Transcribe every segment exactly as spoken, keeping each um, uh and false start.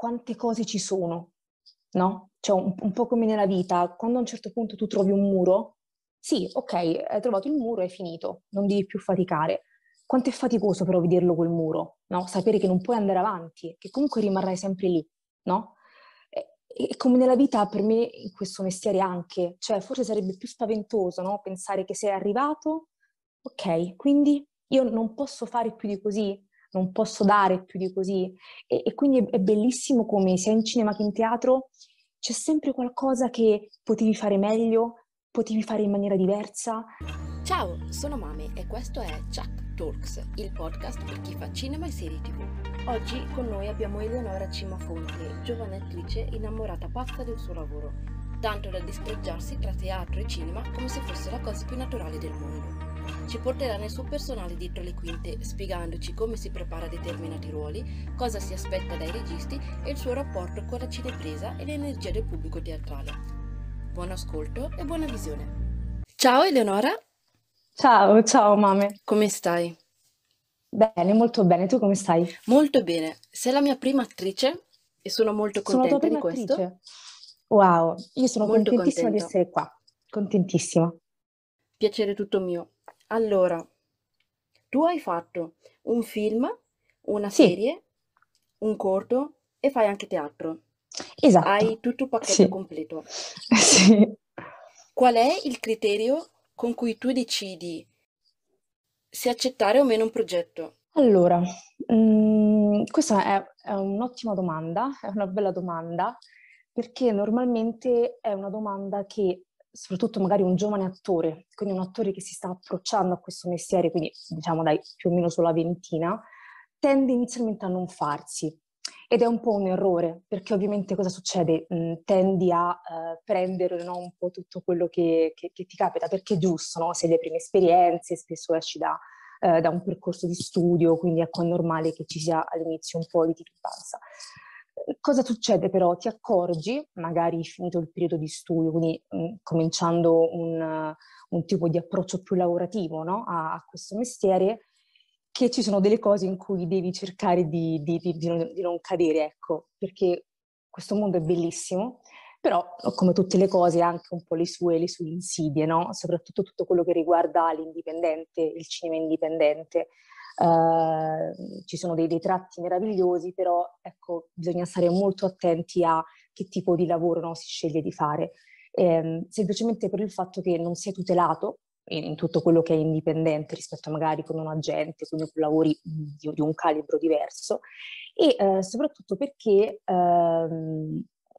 quante cose ci sono, no? Cioè un, un po' come nella vita, quando a un certo punto tu trovi un muro, sì, ok, hai trovato il muro, è finito, non devi più faticare. Quanto è faticoso però vederlo quel muro, no? Sapere che non puoi andare avanti, che comunque rimarrai sempre lì, no? E, e come nella vita per me in questo mestiere anche, cioè forse sarebbe più spaventoso, no? Pensare che sei arrivato, ok, quindi io non posso fare più di così, non posso dare più di così. E, e quindi è, è bellissimo come sia in cinema che in teatro c'è sempre qualcosa che potevi fare meglio, potevi fare in maniera diversa. Ciao, sono Mame e questo è Chuck Talks, il podcast per chi fa cinema e serie tivù. Oggi con noi abbiamo Eleonora Cimafonte, giovane attrice innamorata pazza del suo lavoro, tanto da destreggiarsi tra teatro e cinema come se fosse la cosa più naturale del mondo. Ci porterà nel suo personale dietro le quinte, spiegandoci come si prepara a determinati ruoli, cosa si aspetta dai registi e il suo rapporto con la cinepresa e l'energia del pubblico teatrale. Buon ascolto e buona visione. Ciao Eleonora! Ciao, ciao Mame. Come stai? Bene, molto bene. Tu come stai? Molto bene. Sei la mia prima attrice e sono molto Sono la tua contenta di prima questo. attrice. Wow, io sono Molto contentissima di contenta. essere qua. Contentissima. Piacere tutto mio. Allora, tu hai fatto un film, una Sì, serie, un corto e fai anche teatro. Hai esatto. tutto il pacchetto Sì, completo. sì. Qual è il criterio con cui tu decidi se accettare o meno un progetto? Allora, mm, questa è, è un'ottima domanda, è una bella domanda, perché normalmente è una domanda che, soprattutto magari un giovane attore, quindi un attore che si sta approcciando a questo mestiere, quindi diciamo dai più o meno sulla ventina, tende inizialmente a non farsi. Ed è un po' un errore, perché ovviamente cosa succede? Mm, tendi a eh, prendere, no, un po' tutto quello che, che- che ti capita, perché è giusto, no? Sei le prime esperienze, spesso esci da eh, da un percorso di studio, quindi ecco è normale che ci sia all'inizio un po' di titubanza. Cosa succede però? Ti accorgi, magari finito il periodo di studio, quindi mh, cominciando un, uh, un tipo di approccio più lavorativo, no? a, a questo mestiere, che ci sono delle cose in cui devi cercare di, di- di- di non, di non cadere, ecco, perché questo mondo è bellissimo, però come tutte le cose ha anche un po' le sue, le sue insidie, no? Soprattutto tutto quello che riguarda l'indipendente, il cinema indipendente. Uh, ci sono dei, dei tratti meravigliosi, però ecco, bisogna stare molto attenti a che tipo di lavoro, no, si sceglie di fare. Eh, semplicemente per il fatto che non sei tutelato in, in tutto quello che è indipendente rispetto a magari con un agente, quindi con lavori di, di un calibro diverso, e eh, soprattutto perché ehm,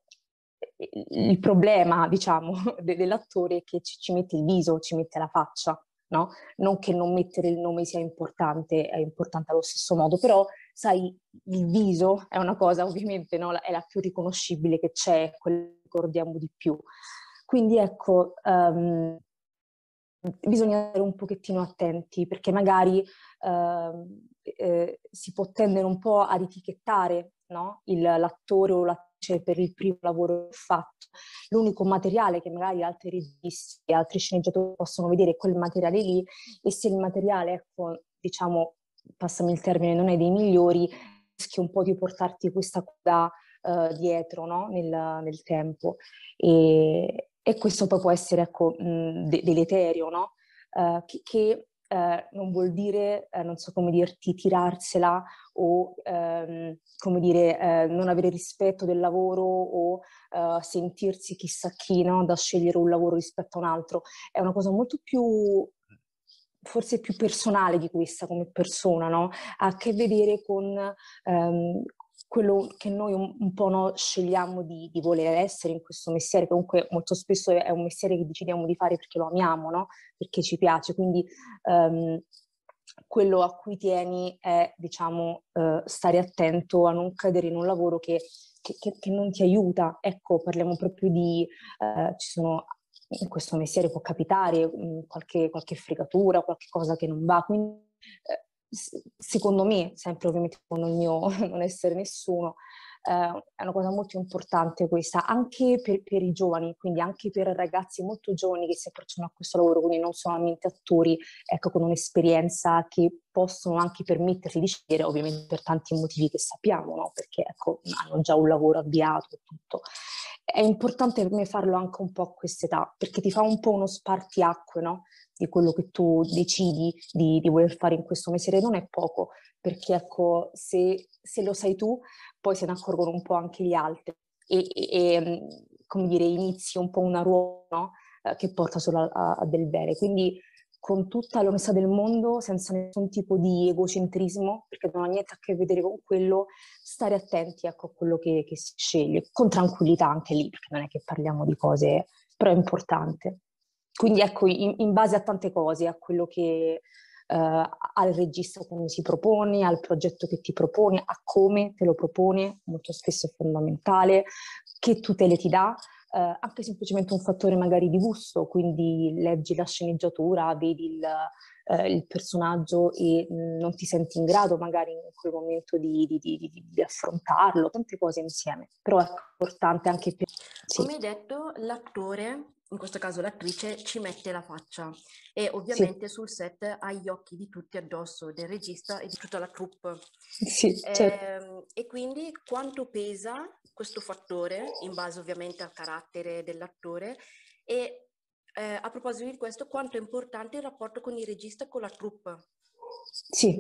il problema, diciamo, de- dell'attore è che ci, ci mette il viso, ci mette la faccia, no? Non che non mettere il nome sia importante, è importante allo stesso modo, però, sai, il viso è una cosa, ovviamente, no? È la più riconoscibile che c'è, quella che ricordiamo di più. Quindi, ecco, um, bisogna stare un pochettino attenti, perché magari ehm, eh, si può tendere un po' ad etichettare, no? Il, l'attore o l'attrice per il primo lavoro fatto. L'unico materiale che magari altri registi e altri sceneggiatori possono vedere è quel materiale lì, e se il materiale, ecco, diciamo, passami il termine, non è dei migliori, rischi un po' di portarti questa coda eh, dietro, no? nel, nel tempo. E, e questo poi può essere, ecco, mh, de- deleterio, no? Uh, che, che uh, non vuol dire, uh, non so come dirti, tirarsela o um, come dire, uh, non avere rispetto del lavoro o uh, sentirsi chissà chi, no? Da scegliere un lavoro rispetto a un altro. È una cosa molto più, forse più personale di questa come persona, no? Ha a che vedere con um, quello che noi un, un po' no, scegliamo di, di voler essere in questo mestiere, che comunque molto spesso è un mestiere che decidiamo di fare perché lo amiamo, no? Perché ci piace, quindi um, quello a cui tieni è, diciamo, uh, stare attento a non cadere in un lavoro che, che, che, che non ti aiuta. Ecco, parliamo proprio di, uh, ci sono, in questo mestiere può capitare mh, qualche, qualche fregatura, qualche cosa che non va, quindi eh, secondo me, sempre ovviamente con il mio non essere nessuno, eh, è una cosa molto importante questa, anche per, per i giovani, quindi anche per ragazzi molto giovani che si approcciano a questo lavoro, quindi non solamente attori, ecco, con un'esperienza che possono anche permettersi di scegliere, ovviamente per tanti motivi che sappiamo, no? Perché ecco, hanno già un lavoro avviato e tutto. È importante per me farlo anche un po' a quest'età, perché ti fa un po' uno spartiacque, no? Di quello che tu decidi di, di voler fare in questo mestiere. Non è poco, perché ecco, se, se lo sai tu, poi se ne accorgono un po' anche gli altri e, e, e come dire, inizi un po' una ruota, no? eh, che porta solo a, a del bene. Quindi con tutta l'onestà del mondo, senza nessun tipo di egocentrismo, perché non ha niente a che vedere con quello, stare attenti, ecco, a quello che, che si sceglie, con tranquillità anche lì, perché non è che parliamo di cose, però è importante. Quindi ecco, in, in base a tante cose, a quello che Uh, al regista come si propone, al progetto che ti propone, a come te lo propone, molto spesso è fondamentale, che tutele ti dà, uh, anche semplicemente un fattore magari di gusto, quindi leggi la sceneggiatura, vedi il, uh, il personaggio e mh, non ti senti in grado magari in quel momento di, di, di, di, di affrontarlo, tante cose insieme, però è importante anche per... Sì. Come hai detto, l'attore, in questo caso l'attrice, ci mette la faccia e ovviamente sì. Sul set ha gli occhi di tutti addosso, del regista e di tutta la troupe. Sì, certo. E, e quindi quanto pesa questo fattore, in base ovviamente al carattere dell'attore, e eh, a proposito di questo, quanto è importante il rapporto con il regista e con la troupe? Sì,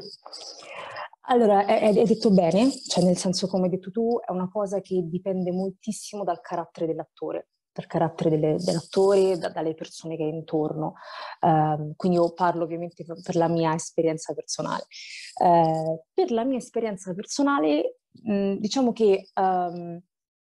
allora hai detto bene, cioè nel senso come hai detto tu, è una cosa che dipende moltissimo dal carattere dell'attore, dal carattere delle, dell'attore, da, dalle persone che è intorno. Uh, quindi io parlo ovviamente per la mia esperienza personale. Uh, per la mia esperienza personale, mh, diciamo che um,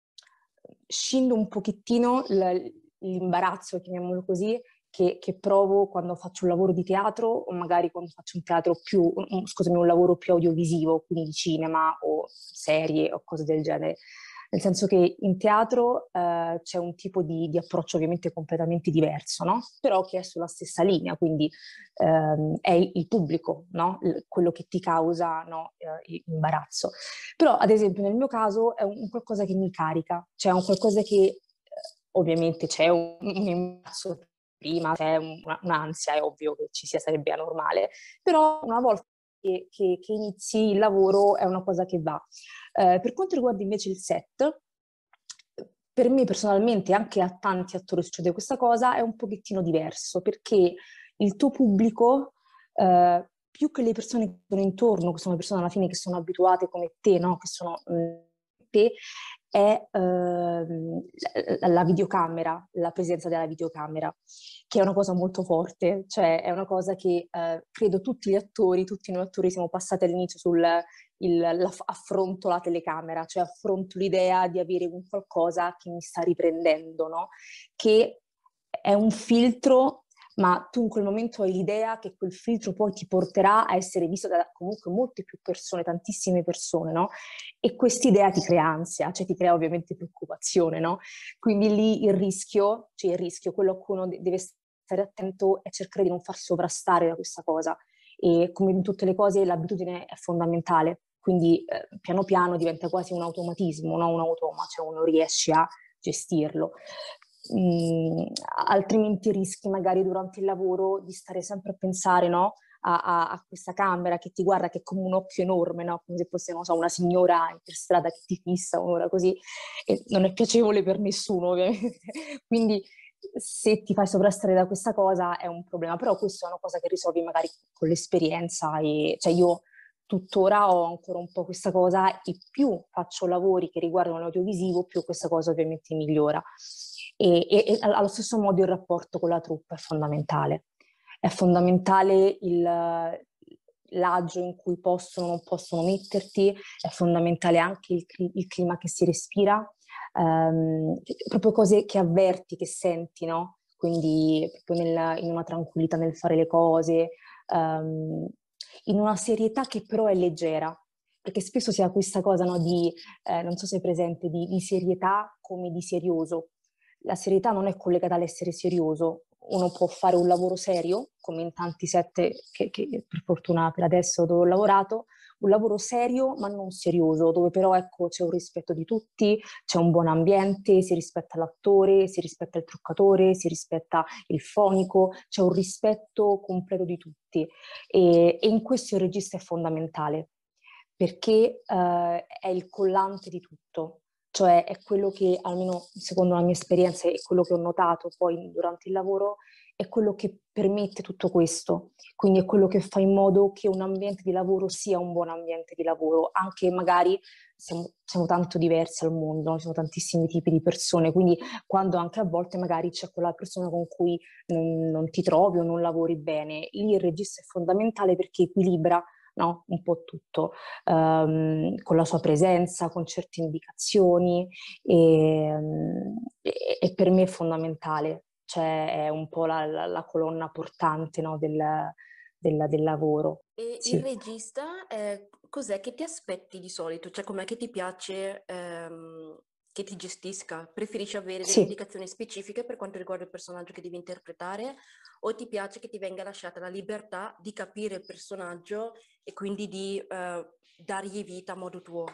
scindo un pochettino l'imbarazzo, chiamiamolo così, Che, che provo quando faccio un lavoro di teatro o magari quando faccio un teatro più, un, scusami, un lavoro più audiovisivo, quindi di cinema o serie o cose del genere. Nel senso che in teatro eh, c'è un tipo di, di approccio ovviamente completamente diverso, no? Però che è sulla stessa linea, quindi ehm, è il, il pubblico, no? L- quello che ti causa, no? eh, imbarazzo. Però ad esempio nel mio caso è un, un qualcosa che mi carica, cioè un qualcosa che eh, ovviamente c'è un, un imbarazzo prima, c'è una, un'ansia, è ovvio che ci sia, sarebbe anormale, però una volta che, che, che inizi il lavoro è una cosa che va. Eh, per quanto riguarda invece il set, per me personalmente, anche a tanti attori succede questa cosa, è un pochettino diverso, perché il tuo pubblico, eh, più che le persone che sono intorno, che sono persone alla fine che sono abituate come te, no? Che sono mh, te, è ehm, la, la videocamera, la presenza della videocamera, che è una cosa molto forte, cioè è una cosa che eh, credo tutti gli attori, tutti noi attori siamo passati all'inizio sul il, affronto la telecamera, cioè affronto l'idea di avere un qualcosa che mi sta riprendendo, no? Che è un filtro, ma tu in quel momento hai l'idea che quel filtro poi ti porterà a essere visto da comunque molte più persone, tantissime persone, no? E quest'idea ti crea ansia, cioè ti crea ovviamente preoccupazione, no? Quindi lì il rischio, cioè il rischio, quello a cui uno deve stare attento è cercare di non far sovrastare da questa cosa. E come in tutte le cose l'abitudine è fondamentale, quindi eh, piano piano diventa quasi un automatismo, no? Un automa, cioè uno riesce a gestirlo. Mm, altrimenti rischi magari durante il lavoro di stare sempre a pensare, no? A, a, a questa camera che ti guarda, che è come un occhio enorme, no? Come se fosse, non so, una signora per strada che ti fissa un'ora così, e non è piacevole per nessuno ovviamente. Quindi se ti fai sovrastare da questa cosa è un problema, però questa è una cosa che risolvi magari con l'esperienza, e cioè io tuttora ho ancora un po' questa cosa, e più faccio lavori che riguardano l'audiovisivo, più questa cosa ovviamente migliora. E, e, e allo stesso modo il rapporto con la troupe è fondamentale. È fondamentale il, l'agio in cui possono o non possono metterti, è fondamentale anche il, il clima che si respira, um, proprio cose che avverti, che senti, no? Quindi proprio nel, in una tranquillità nel fare le cose, um, in una serietà che però è leggera, perché spesso si ha questa cosa, no, di, eh, non so se è presente, di, di serietà come di serioso. La serietà non è collegata all'essere serioso. Uno può fare un lavoro serio, come in tanti set che, che per fortuna per adesso dove ho lavorato, un lavoro serio ma non serioso, dove però ecco c'è un rispetto di tutti, c'è un buon ambiente, si rispetta l'attore, si rispetta il truccatore, si rispetta il fonico, c'è un rispetto completo di tutti e, e in questo il regista è fondamentale perché eh, è il collante di tutto. Cioè è quello che, almeno secondo la mia esperienza e quello che ho notato poi durante il lavoro, è quello che permette tutto questo. Quindi è quello che fa in modo che un ambiente di lavoro sia un buon ambiente di lavoro, anche magari siamo, siamo tanto diversi al mondo, no? Ci sono tantissimi tipi di persone, quindi quando anche a volte magari c'è quella persona con cui non, non ti trovi o non lavori bene, lì il regista è fondamentale perché equilibra, no? Un po' tutto, um, con la sua presenza, con certe indicazioni e, um, e, e per me è fondamentale, cioè è un po' la, la, la colonna portante, no? del, del, del lavoro. E il Sì. regista, eh, cos'è che ti aspetti di solito? Cioè, com'è che ti piace ehm, che ti gestisca? Preferisci avere delle Sì. indicazioni specifiche per quanto riguarda il personaggio che devi interpretare o ti piace che ti venga lasciata la libertà di capire il personaggio e quindi di eh, dargli vita a modo tuo?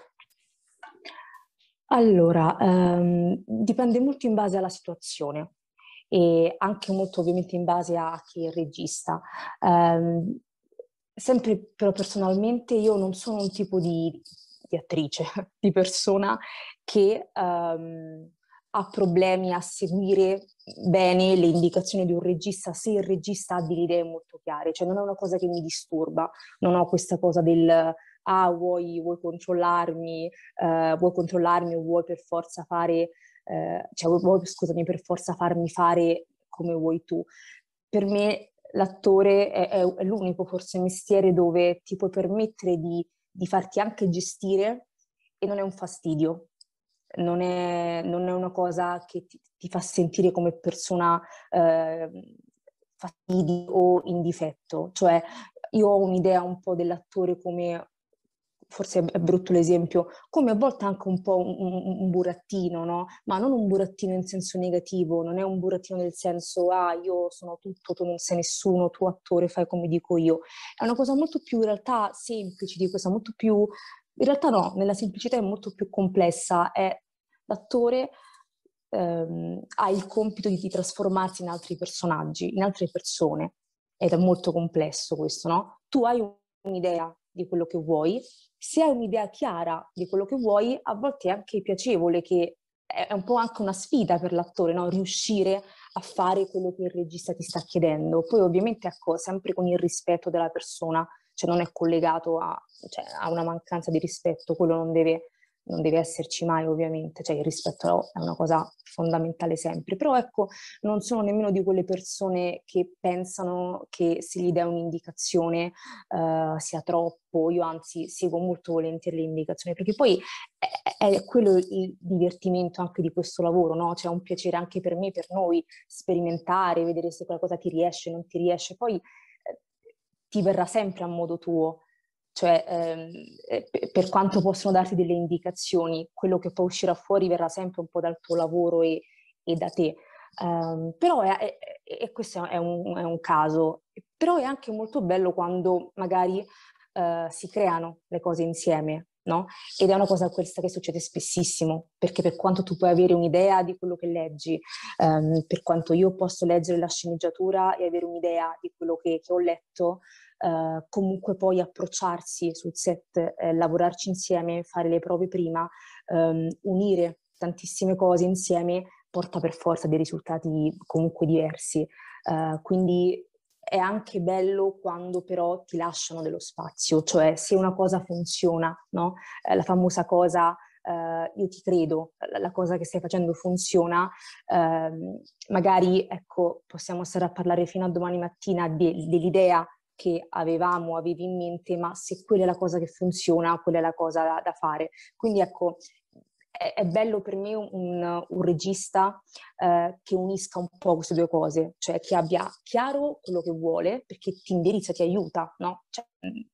Allora, ehm, dipende molto in base alla situazione e anche molto ovviamente in base a chi è il regista. Ehm, sempre però personalmente io non sono un tipo di, di attrice, di persona che ehm, ha problemi a seguire bene le indicazioni di un regista se il regista ha delle idee molto chiare, cioè non è una cosa che mi disturba, non ho questa cosa del ah vuoi, vuoi controllarmi, eh, vuoi controllarmi o vuoi per forza fare, eh, cioè vuoi, scusami, per forza farmi fare come vuoi tu. Per me l'attore è, è, è l'unico forse mestiere dove ti puoi permettere di, di farti anche gestire e non è un fastidio. Non è, non è una cosa che ti, ti fa sentire come persona eh, fastidio o in difetto. Cioè, io ho un'idea un po' dell'attore come, forse è brutto l'esempio, come a volte anche un po' un, un, un burattino, no? Ma non un burattino in senso negativo, non è un burattino nel senso, ah, io sono tutto, tu non sei nessuno, tu attore fai come dico io. È una cosa molto più in realtà semplice di questa, molto più, in realtà no, nella semplicità è molto più complessa, è l'attore ehm, ha il compito di, di trasformarsi in altri personaggi, in altre persone, ed è molto complesso questo, no? Tu hai un'idea di quello che vuoi, se hai un'idea chiara di quello che vuoi, a volte è anche piacevole, che è un po' anche una sfida per l'attore, no? Riuscire a fare quello che il regista ti sta chiedendo. Poi ovviamente ecco, sempre con il rispetto della persona, cioè non è collegato a, cioè, a una mancanza di rispetto, quello non deve, non deve esserci mai ovviamente, cioè il rispetto è una cosa fondamentale sempre, però ecco non sono nemmeno di quelle persone che pensano che se gli dai un'indicazione uh, sia troppo, io anzi seguo molto volentieri le indicazioni, perché poi è, è quello il divertimento anche di questo lavoro, no? C'è un piacere anche per me, per noi, sperimentare, vedere se qualcosa ti riesce, non ti riesce, poi eh, ti verrà sempre a modo tuo. Cioè, ehm, per quanto possono darti delle indicazioni, quello che poi uscirà fuori verrà sempre un po' dal tuo lavoro e, e da te. Um, però è, è, è, questo è un, è un caso, però è anche molto bello quando magari uh, si creano le cose insieme, no? Ed è una cosa questa che succede spessissimo, perché per quanto tu puoi avere un'idea di quello che leggi, um, per quanto io posso leggere la sceneggiatura e avere un'idea di quello che, che ho letto, Uh, comunque poi approcciarsi sul set, eh, lavorarci insieme, fare le prove prima, um, unire tantissime cose insieme porta per forza dei risultati comunque diversi. Uh, quindi è anche bello quando però ti lasciano dello spazio, cioè se una cosa funziona, no? Eh, la famosa cosa Uh, io ti credo, la, la cosa che stai facendo funziona, uh, magari ecco, possiamo stare a parlare fino a domani mattina de- dell'idea che avevamo, avevi in mente, ma se quella è la cosa che funziona, quella è la cosa da, da fare. Quindi ecco, è, è bello per me un, un regista eh, che unisca un po' queste due cose, cioè che abbia chiaro quello che vuole, perché ti indirizza, ti aiuta, no? Cioè,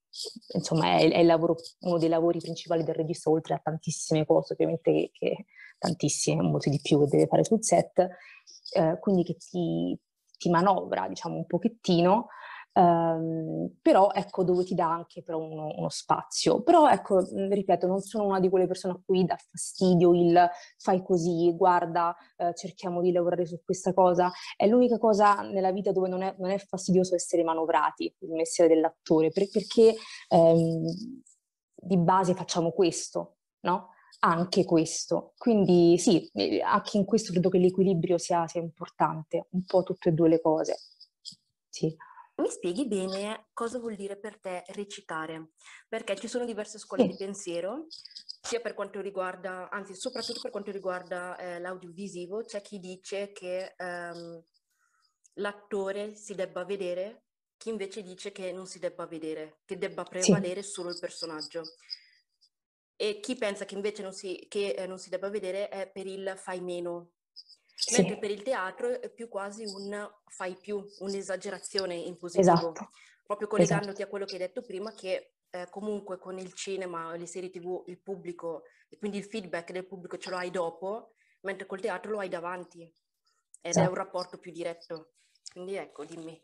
insomma, è, è il lavoro, uno dei lavori principali del regista, oltre a tantissime cose, ovviamente, che, che tantissime, molto di più che deve fare sul set, eh, quindi che ti, ti manovra, diciamo, un pochettino, Um, però ecco dove ti dà anche però uno, uno spazio. Però ecco, ripeto, non sono una di quelle persone a cui dà fastidio il fai così, guarda, eh, cerchiamo di lavorare su questa cosa. È l'unica cosa nella vita dove non è, non è fastidioso essere manovrati, il mestiere dell'attore, per, perché ehm, di base facciamo questo, no? Anche questo. Quindi sì, anche in questo credo che l'equilibrio sia, sia importante, un po' tutte e due le cose. Sì. Mi spieghi bene cosa vuol dire per te recitare? Perché ci sono diverse scuole sì. di pensiero, sia per quanto riguarda, anzi soprattutto per quanto riguarda eh, l'audiovisivo. C'è chi dice che ehm, l'attore si debba vedere, chi invece dice che non si debba vedere, che debba prevalere sì. solo il personaggio. E chi pensa che invece non si, che, eh, non si debba vedere è per il fai meno. Sì. Mentre per il teatro è più quasi un fai più, un'esagerazione in positivo. Esatto. Proprio collegandoti esatto. a quello che hai detto prima, che eh, comunque con il cinema, le serie tivù, il pubblico, e quindi il feedback del pubblico ce lo hai dopo, mentre col teatro lo hai davanti. Ed esatto. È un rapporto più diretto. Quindi ecco, dimmi.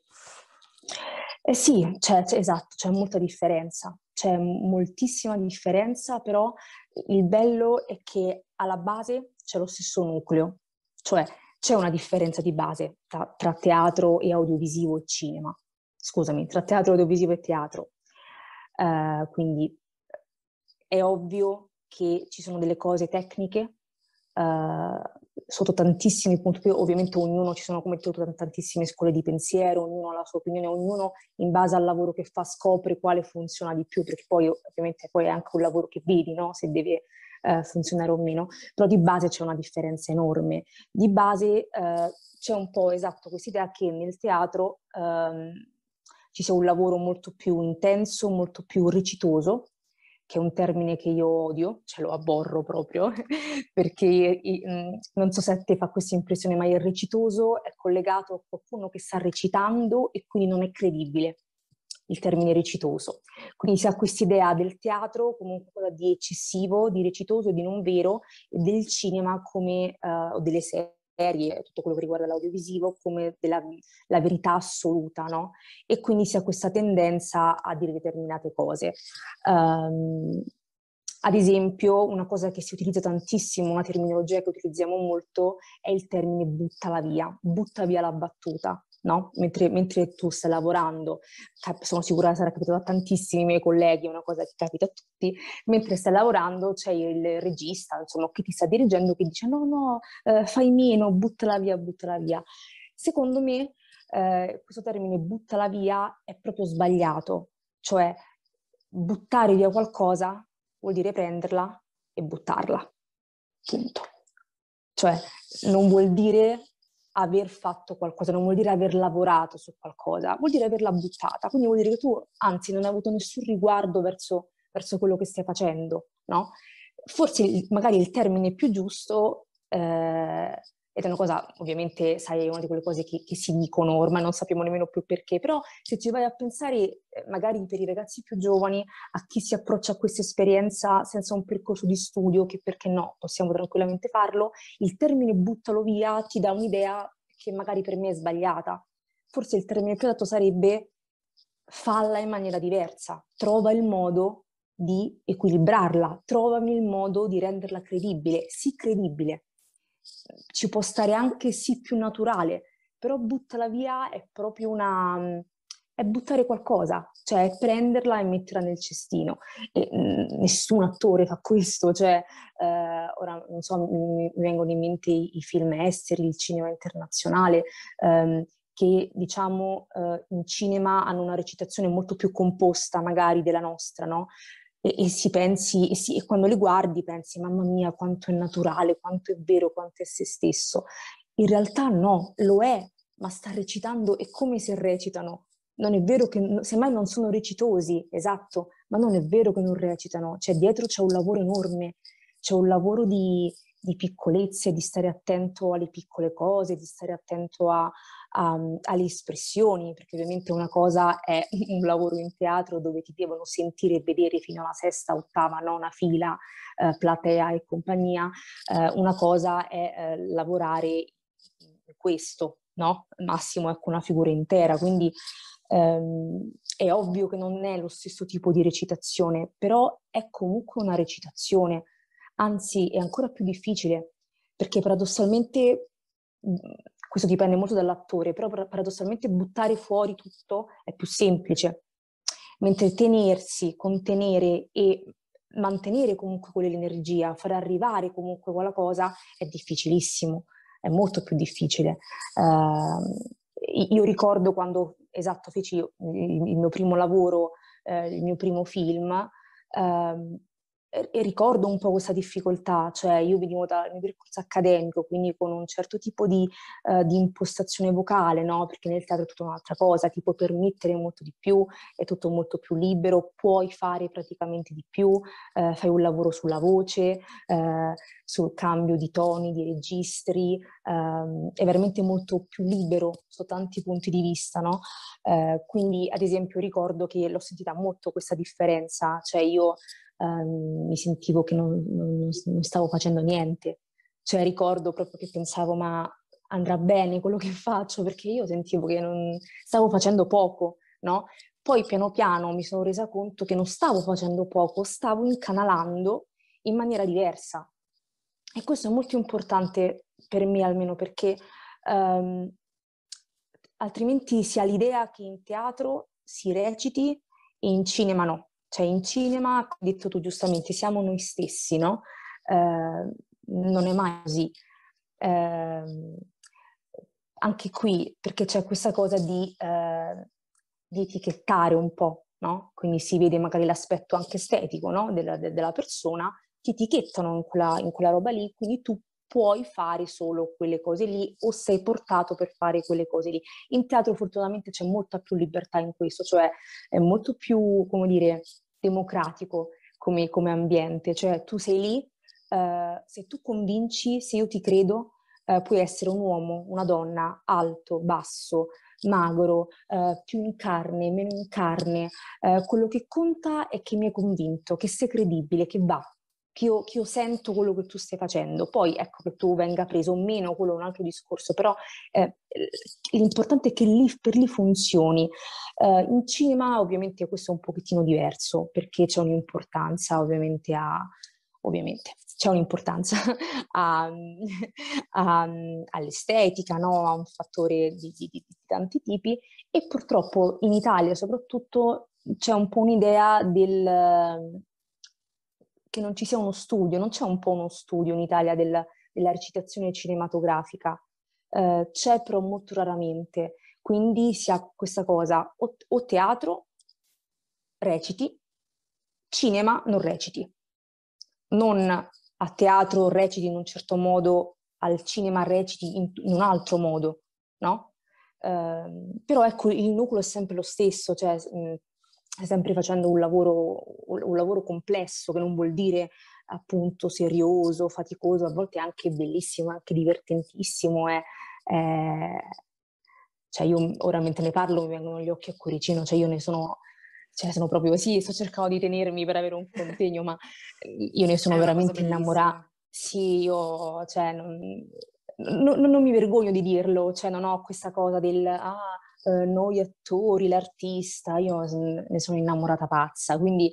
Eh sì, c'è, c'è, esatto, c'è molta differenza. C'è moltissima differenza, però il bello è che alla base c'è lo stesso nucleo. Cioè c'è una differenza di base tra, tra teatro e audiovisivo e cinema. Scusami, tra teatro, audiovisivo e teatro. Uh, quindi è ovvio che ci sono delle cose tecniche uh, sotto tantissimi punti di vista. Ovviamente ognuno, ci sono come detto tantissime scuole di pensiero, ognuno ha la sua opinione, ognuno in base al lavoro che fa scopre quale funziona di più, perché poi ovviamente poi è anche un lavoro che vedi, no? Se deve Uh, funzionare o meno, però di base c'è una differenza enorme. Di base uh, c'è un po' esatto questa idea che nel teatro um, ci sia un lavoro molto più intenso, molto più recitoso, che è un termine che io odio, ce lo abborro proprio, perché mh, non so se a te fa questa impressione, ma il recitoso è collegato a qualcuno che sta recitando e quindi non è credibile. Il termine recitoso. Quindi si ha quest'idea del teatro come qualcosa di eccessivo, di recitoso e di non vero, e del cinema come, uh, o delle serie, tutto quello che riguarda l'audiovisivo, come della la verità assoluta, no? E quindi si ha questa tendenza a dire determinate cose. Um, ad esempio, una cosa che si utilizza tantissimo, una terminologia che utilizziamo molto, è il termine buttala via, butta via la battuta. No? Mentre, mentre tu stai lavorando, sono sicura che sarà capitato a tantissimi miei colleghi, è una cosa che capita a tutti, mentre stai lavorando c'è il regista, insomma, che ti sta dirigendo, che dice no, no, eh, fai meno, buttala via, buttala via. Secondo me eh, questo termine buttala via è proprio sbagliato, cioè buttare via qualcosa vuol dire prenderla e buttarla, punto. Cioè non vuol dire aver fatto qualcosa, non vuol dire aver lavorato su qualcosa, vuol dire averla buttata. Quindi vuol dire che tu, anzi, non hai avuto nessun riguardo verso, verso quello che stai facendo, no? Forse magari il termine più giusto, eh, ed è una cosa, ovviamente, sai, è una di quelle cose che, che si dicono, ormai non sappiamo nemmeno più perché, però se ci vai a pensare, magari per i ragazzi più giovani, a chi si approccia a questa esperienza senza un percorso di studio, che perché no, possiamo tranquillamente farlo, il termine buttalo via ti dà un'idea che magari per me è sbagliata. Forse il termine più adatto sarebbe falla in maniera diversa, trova il modo di equilibrarla, trovami il modo di renderla credibile, sì credibile. Ci può stare anche sì più naturale, però buttala via è proprio una... è buttare qualcosa, cioè è prenderla e metterla nel cestino. E, mh, nessun attore fa questo, cioè eh, ora non so, mi, mi vengono in mente i, i film esteri, il cinema internazionale, ehm, che diciamo eh, in cinema hanno una recitazione molto più composta magari della nostra, no? E, e si pensi, e, si, e quando li guardi pensi, mamma mia, quanto è naturale, quanto è vero, quanto è se stesso. In realtà no, lo è, ma sta recitando, è come se recitano. Non è vero che, semmai non sono recitosi, esatto, ma non è vero che non recitano. Cioè dietro c'è un lavoro enorme, c'è un lavoro di, di piccolezze, di stare attento alle piccole cose, di stare attento a, a, alle espressioni, perché ovviamente una cosa è un lavoro in teatro dove ti devono sentire e vedere fino alla sesta, ottava, nona fila, eh, platea e compagnia. Eh, una cosa è eh, lavorare in questo, no? Al massimo ecco una figura intera, quindi ehm, è ovvio che non è lo stesso tipo di recitazione, però è comunque una recitazione, anzi è ancora più difficile, perché paradossalmente, mh, questo dipende molto dall'attore, però paradossalmente buttare fuori tutto è più semplice, mentre tenersi, contenere e mantenere comunque quell'energia, far arrivare comunque quella cosa è difficilissimo, è molto più difficile. Uh, io ricordo quando, esatto, feci il, il mio primo lavoro, eh, il mio primo film, uh, e, e ricordo un po' questa difficoltà, cioè io venivo dal mio percorso accademico, quindi con un certo tipo di, uh, di impostazione vocale, no? Perché nel teatro è tutta un'altra cosa, ti puoi permettere molto di più, è tutto molto più libero, puoi fare praticamente di più, eh, fai un lavoro sulla voce, eh, sul cambio di toni, di registri, ehm, è veramente molto più libero su tanti punti di vista, no? Eh, quindi ad esempio ricordo che l'ho sentita molto questa differenza, cioè io ehm, mi sentivo che non, non, non stavo facendo niente, cioè ricordo proprio che pensavo ma andrà bene quello che faccio, perché io sentivo che non stavo facendo poco, no? Poi piano piano mi sono resa conto che non stavo facendo poco, stavo incanalando in maniera diversa. E questo è molto importante per me almeno, perché um, altrimenti si ha l'idea che in teatro si reciti e in cinema no. Cioè in cinema, come hai detto tu giustamente, siamo noi stessi, no? Uh, non è mai così. Uh, anche qui, perché c'è questa cosa di, uh, di etichettare un po', no? Quindi si vede magari l'aspetto anche estetico, no? della, de, della persona, ti etichettano in quella, in quella roba lì, quindi tu puoi fare solo quelle cose lì o sei portato per fare quelle cose lì. In teatro fortunatamente c'è molta più libertà in questo, cioè è molto più, come dire, democratico come, come ambiente, cioè tu sei lì, uh, se tu convinci, se io ti credo, uh, puoi essere un uomo, una donna, alto, basso, magro, uh, più in carne, meno in carne, uh, quello che conta è che mi hai convinto, che sei credibile, che va. Che io, che io sento quello che tu stai facendo. Poi ecco che tu venga preso o meno, quello è un altro discorso, però eh, l'importante è che lì per lì funzioni. Eh, in cinema ovviamente questo è un pochettino diverso, perché c'è un'importanza ovviamente a... ovviamente c'è un'importanza a, a, all'estetica, no? A un fattore di, di, di tanti tipi, e purtroppo in Italia soprattutto c'è un po' un'idea del... che non ci sia uno studio, non c'è un po' uno studio in Italia della, della recitazione cinematografica, eh, c'è però molto raramente, quindi si ha questa cosa, o, o teatro, reciti, cinema, non reciti, non a teatro reciti in un certo modo, al cinema reciti in, in un altro modo, no? Eh, però ecco, il nucleo è sempre lo stesso, cioè... Mh, sempre facendo un lavoro, un lavoro complesso, che non vuol dire appunto serioso, faticoso, a volte anche bellissimo, anche divertentissimo. È, è... Cioè io ora mentre ne parlo mi vengono gli occhi a cuoricino, cioè io ne sono, cioè sono proprio, sì, sto cercando di tenermi per avere un contegno, ma io ne sono veramente innamorata. Sì, io, cioè, non, non, non mi vergogno di dirlo, cioè non ho questa cosa del... Ah, Uh, noi attori, l'artista, io ne sono innamorata pazza, quindi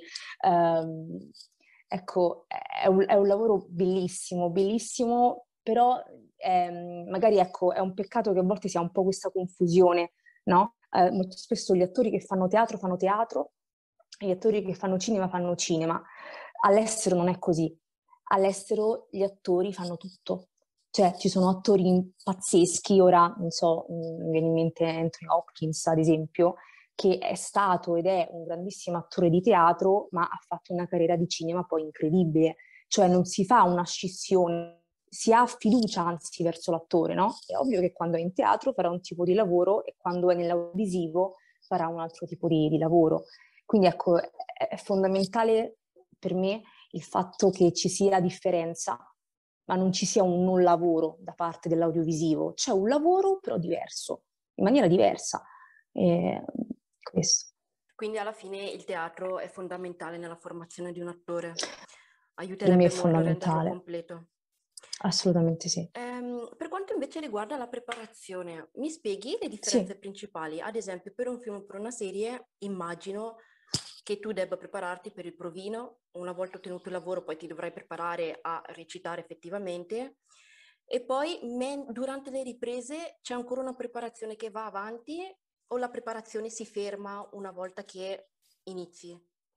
um, ecco, è un, è un lavoro bellissimo, bellissimo, però ehm, magari ecco, è un peccato che a volte sia un po' questa confusione, no? Uh, molto spesso gli attori che fanno teatro fanno teatro, e gli attori che fanno cinema fanno cinema. All'estero non è così, all'estero gli attori fanno tutto. Cioè, ci sono attori pazzeschi, ora, non so, mi viene in mente Anthony Hopkins, ad esempio, che è stato ed è un grandissimo attore di teatro, ma ha fatto una carriera di cinema poi incredibile. Cioè, non si fa una scissione, si ha fiducia anzi verso l'attore, no? È ovvio che quando è in teatro farà un tipo di lavoro e quando è nell'audiovisivo farà un altro tipo di, di lavoro. Quindi, ecco, è fondamentale per me il fatto che ci sia differenza, ma non ci sia un non lavoro da parte dell'audiovisivo. C'è un lavoro però diverso, in maniera diversa. E questo. Quindi alla fine il teatro è fondamentale nella formazione di un attore, Per me aiuterebbe è molto a renderlo fondamentale. completo. Assolutamente sì. Ehm, per quanto invece invece riguarda la preparazione. Mi spieghi le Sì. differenze principali? Ad esempio, per un film o per una serie, immagino che tu debba prepararti per il provino, una volta ottenuto il lavoro poi ti dovrai preparare a recitare effettivamente, e poi men- durante le riprese c'è ancora una preparazione che va avanti o la preparazione si ferma una volta che inizi?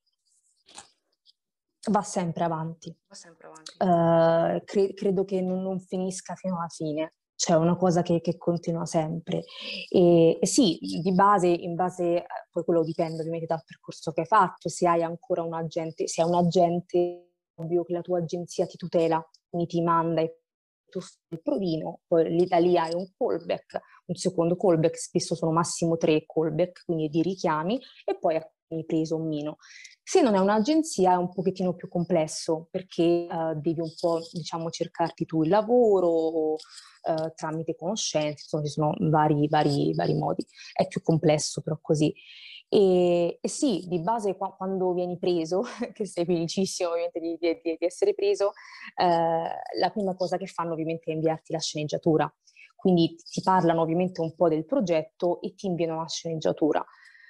Va sempre avanti. Va sempre avanti. Uh, cre- credo che non, non finisca fino alla fine, cioè è una cosa che, che continua sempre. E, e sì, di base, in base, eh, poi quello dipende ovviamente dal percorso che hai fatto, se hai ancora un agente, se hai un agente, ovvio che la tua agenzia ti tutela, quindi ti manda e tu fai il provino, poi lì da lì hai un callback, un secondo callback, spesso sono massimo tre callback, quindi di richiami, e poi hai preso un meno. Se non è un'agenzia è un pochettino più complesso perché uh, devi un po', diciamo, cercarti tu il lavoro uh, tramite conoscenze, insomma ci sono vari, vari, vari modi. È più complesso però così. E, e sì, di base qua, quando vieni preso, che sei felicissimo ovviamente di, di, di essere preso, eh, la prima cosa che fanno ovviamente è inviarti la sceneggiatura. Quindi ti parlano ovviamente un po' del progetto e ti inviano la sceneggiatura.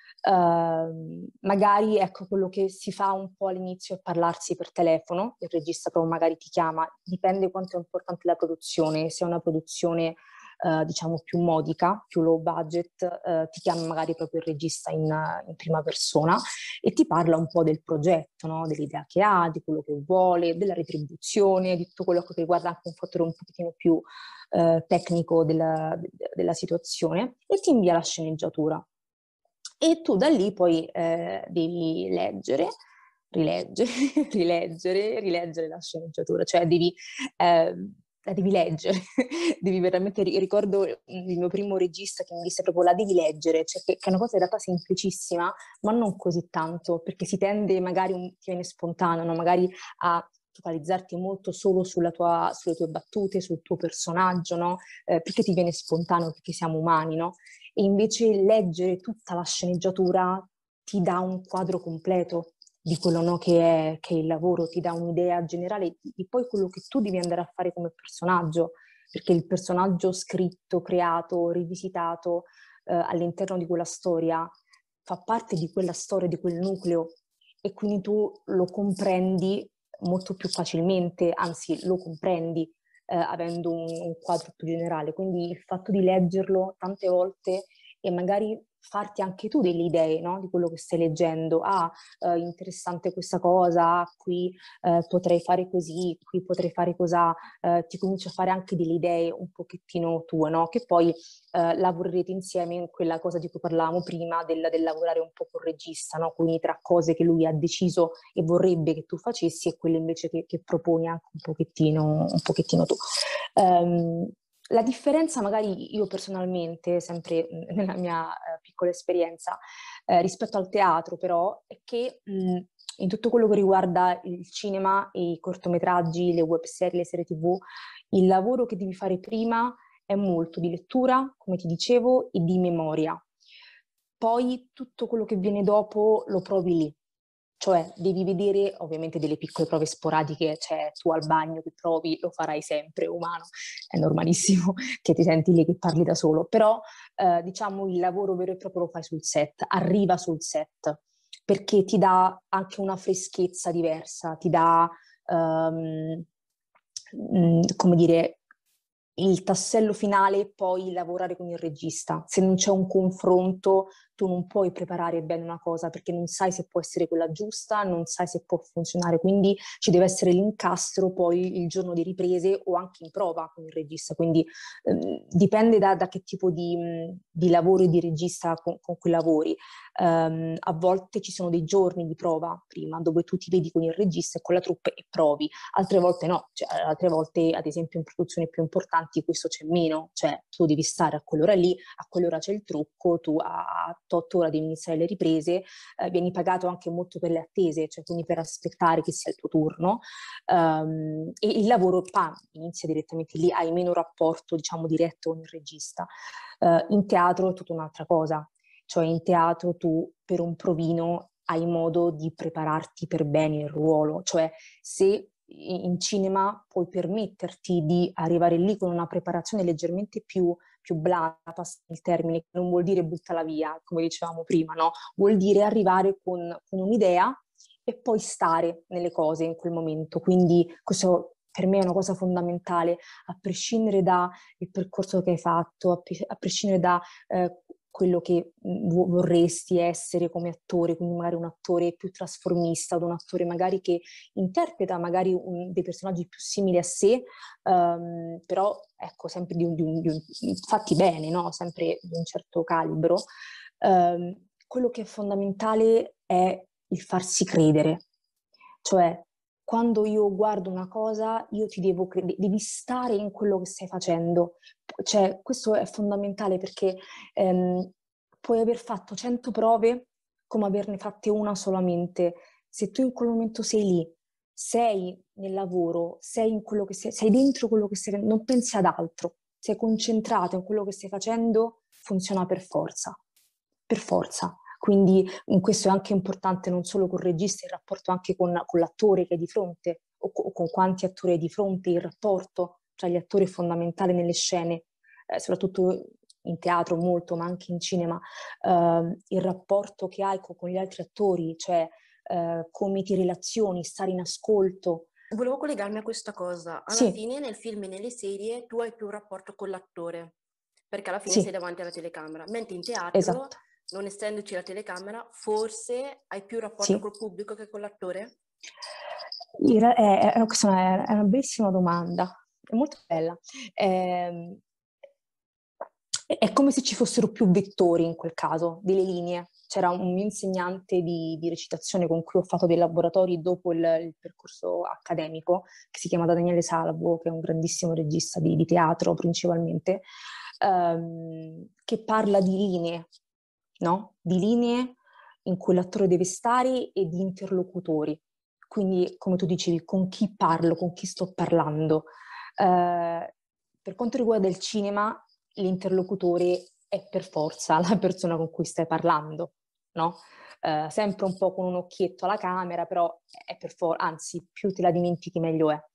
Uh, magari ecco quello che si fa un po' all'inizio è parlarsi per telefono, il regista proprio magari ti chiama, dipende quanto è importante la produzione, se è una produzione uh, diciamo più modica, più low budget, uh, ti chiama magari proprio il regista in, in prima persona e ti parla un po' del progetto, no? Dell'idea che ha, di quello che vuole, della retribuzione, di tutto quello che riguarda anche un fattore un pochettino più uh, tecnico della, della situazione e ti invia la sceneggiatura. E tu da lì poi eh, devi leggere, rileggere, rileggere, rileggere la sceneggiatura, cioè devi, eh, la devi leggere, devi veramente, ricordo il mio primo regista che mi disse proprio la devi leggere, cioè che, che è una cosa in realtà semplicissima, ma non così tanto, perché si tende magari, un, ti viene spontaneo, no? Magari a focalizzarti molto solo sulla tua, sulle tue battute, sul tuo personaggio, no? Eh, perché ti viene spontaneo, perché siamo umani, no? E invece leggere tutta la sceneggiatura ti dà un quadro completo di quello, no, che, è, che è il lavoro, ti dà un'idea generale di, di poi quello che tu devi andare a fare come personaggio, perché il personaggio scritto, creato, rivisitato eh, all'interno di quella storia fa parte di quella storia, di quel nucleo e quindi tu lo comprendi molto più facilmente, anzi lo comprendi eh, avendo un, un quadro più generale. Quindi il fatto di leggerlo tante volte e magari farti anche tu delle idee, no? Di quello che stai leggendo. Ah, eh, interessante questa cosa, ah, qui eh, potrei fare così, qui potrei fare cos'ha, eh, ti cominci a fare anche delle idee un pochettino tue, no? Che poi eh, lavorerete insieme in quella cosa di cui parlavamo prima, del, del lavorare un po' col regista, no? Quindi tra cose che lui ha deciso e vorrebbe che tu facessi e quelle invece che, che proponi anche un pochettino, un pochettino tu. Um, la differenza magari io personalmente, sempre nella mia eh, piccola esperienza, eh, rispetto al teatro però, è che mh, in tutto quello che riguarda il cinema, i cortometraggi, le webserie, le serie tivù, il lavoro che devi fare prima è molto di lettura, come ti dicevo, e di memoria. Poi tutto quello che viene dopo lo provi lì. Cioè devi vedere ovviamente delle piccole prove sporadiche, cioè tu al bagno che provi, lo farai sempre, umano, è normalissimo che ti senti lì che parli da solo, però eh, diciamo il lavoro vero e proprio lo fai sul set, arriva sul set, perché ti dà anche una freschezza diversa, ti dà, um, come dire, il tassello finale, poi lavorare con il regista. Se non c'è un confronto, tu non puoi preparare bene una cosa perché non sai se può essere quella giusta, non sai se può funzionare, quindi ci deve essere l'incastro poi il giorno di riprese o anche in prova con il regista, quindi ehm, dipende da, da che tipo di, di lavoro e di regista con, con cui lavori. Um, a volte ci sono dei giorni di prova prima dove tu ti vedi con il regista e con la troupe e provi, altre volte no, cioè, altre volte ad esempio in produzioni più importanti questo c'è meno, cioè tu devi stare a quell'ora lì, a quell'ora c'è il trucco, tu a otto ore devi iniziare le riprese, eh, vieni pagato anche molto per le attese, cioè quindi per aspettare che sia il tuo turno, um, e il lavoro pam, inizia direttamente lì, hai meno rapporto diciamo diretto con il regista. Uh, in teatro è tutta un'altra cosa, cioè in teatro tu per un provino hai modo di prepararti per bene il ruolo, cioè se in cinema puoi permetterti di arrivare lì con una preparazione leggermente più, più blanda, passa il termine, non vuol dire buttala via, come dicevamo prima, no? Vuol dire arrivare con, con un'idea e poi stare nelle cose in quel momento. Quindi questo per me è una cosa fondamentale, a prescindere dal percorso che hai fatto, a, a prescindere da eh, quello che vorresti essere come attore, quindi magari un attore più trasformista, o un attore magari che interpreta magari un, dei personaggi più simili a sé, um, però ecco, sempre di un, di un, di un, fatti bene, no? Sempre di un certo calibro. Um, quello che è fondamentale è il farsi credere, cioè quando io guardo una cosa, io ti devo credere, devi stare in quello che stai facendo. Cioè, questo è fondamentale perché ehm, puoi aver fatto cento prove come averne fatte una solamente. Se tu in quel momento sei lì, sei nel lavoro, sei in quello che sei, sei dentro quello che stai facendo, non pensi ad altro, sei concentrato in quello che stai facendo, funziona per forza. Per forza. Quindi in questo è anche importante non solo col regista, il rapporto anche con, con l'attore che è di fronte, o, o con quanti attori hai di fronte, il rapporto tra gli attori è fondamentale nelle scene, eh, soprattutto in teatro molto, ma anche in cinema, eh, il rapporto che hai con, con gli altri attori, cioè eh, come ti relazioni, stare in ascolto. Volevo collegarmi a questa cosa. Alla Sì, fine nel film e nelle serie tu hai più rapporto con l'attore, perché alla fine sei sì, davanti alla telecamera, mentre in teatro, esatto, non essendoci la telecamera, forse hai più rapporto sì. col pubblico che con l'attore? È, è, è, questa è una, è una bellissima domanda, è molto bella. È, è come se ci fossero più vettori in quel caso, delle linee. C'era un mio insegnante di, di recitazione con cui ho fatto dei laboratori dopo il, il percorso accademico, che si chiama Daniele Salvo, che è un grandissimo regista di, di teatro principalmente, ehm, che parla di linee, no? Di linee in cui l'attore deve stare e di interlocutori. Quindi, come tu dicevi, con chi parlo, con chi sto parlando. Eh, per quanto riguarda il cinema, l'interlocutore è per forza la persona con cui stai parlando, no? Eh, sempre un po' con un occhietto alla camera, però è per forza, anzi, più te la dimentichi meglio è.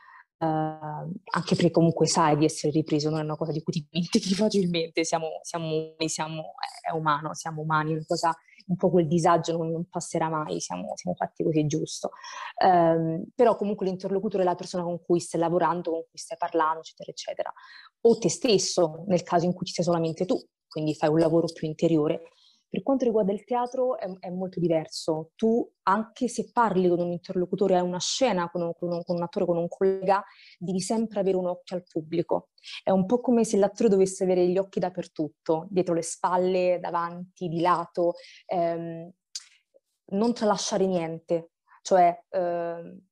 Uh, anche perché comunque sai di essere ripreso, non è una cosa di cui ti dimentichi facilmente, siamo, siamo, siamo, è umano, siamo umani, una cosa, un po' quel disagio non, non passerà mai, siamo, siamo fatti così, è giusto. Um, però comunque l'interlocutore è la persona con cui stai lavorando, con cui stai parlando, eccetera, eccetera. O te stesso, nel caso in cui ci sei solamente tu, quindi fai un lavoro più interiore. Per quanto riguarda il teatro è, è molto diverso. Tu, anche se parli con un interlocutore, hai una scena con un, con un, con un attore, con un collega, devi sempre avere un occhio al pubblico. È un po' come se l'attore dovesse avere gli occhi dappertutto, dietro le spalle, davanti, di lato, ehm, non tralasciare niente. Cioè, ehm,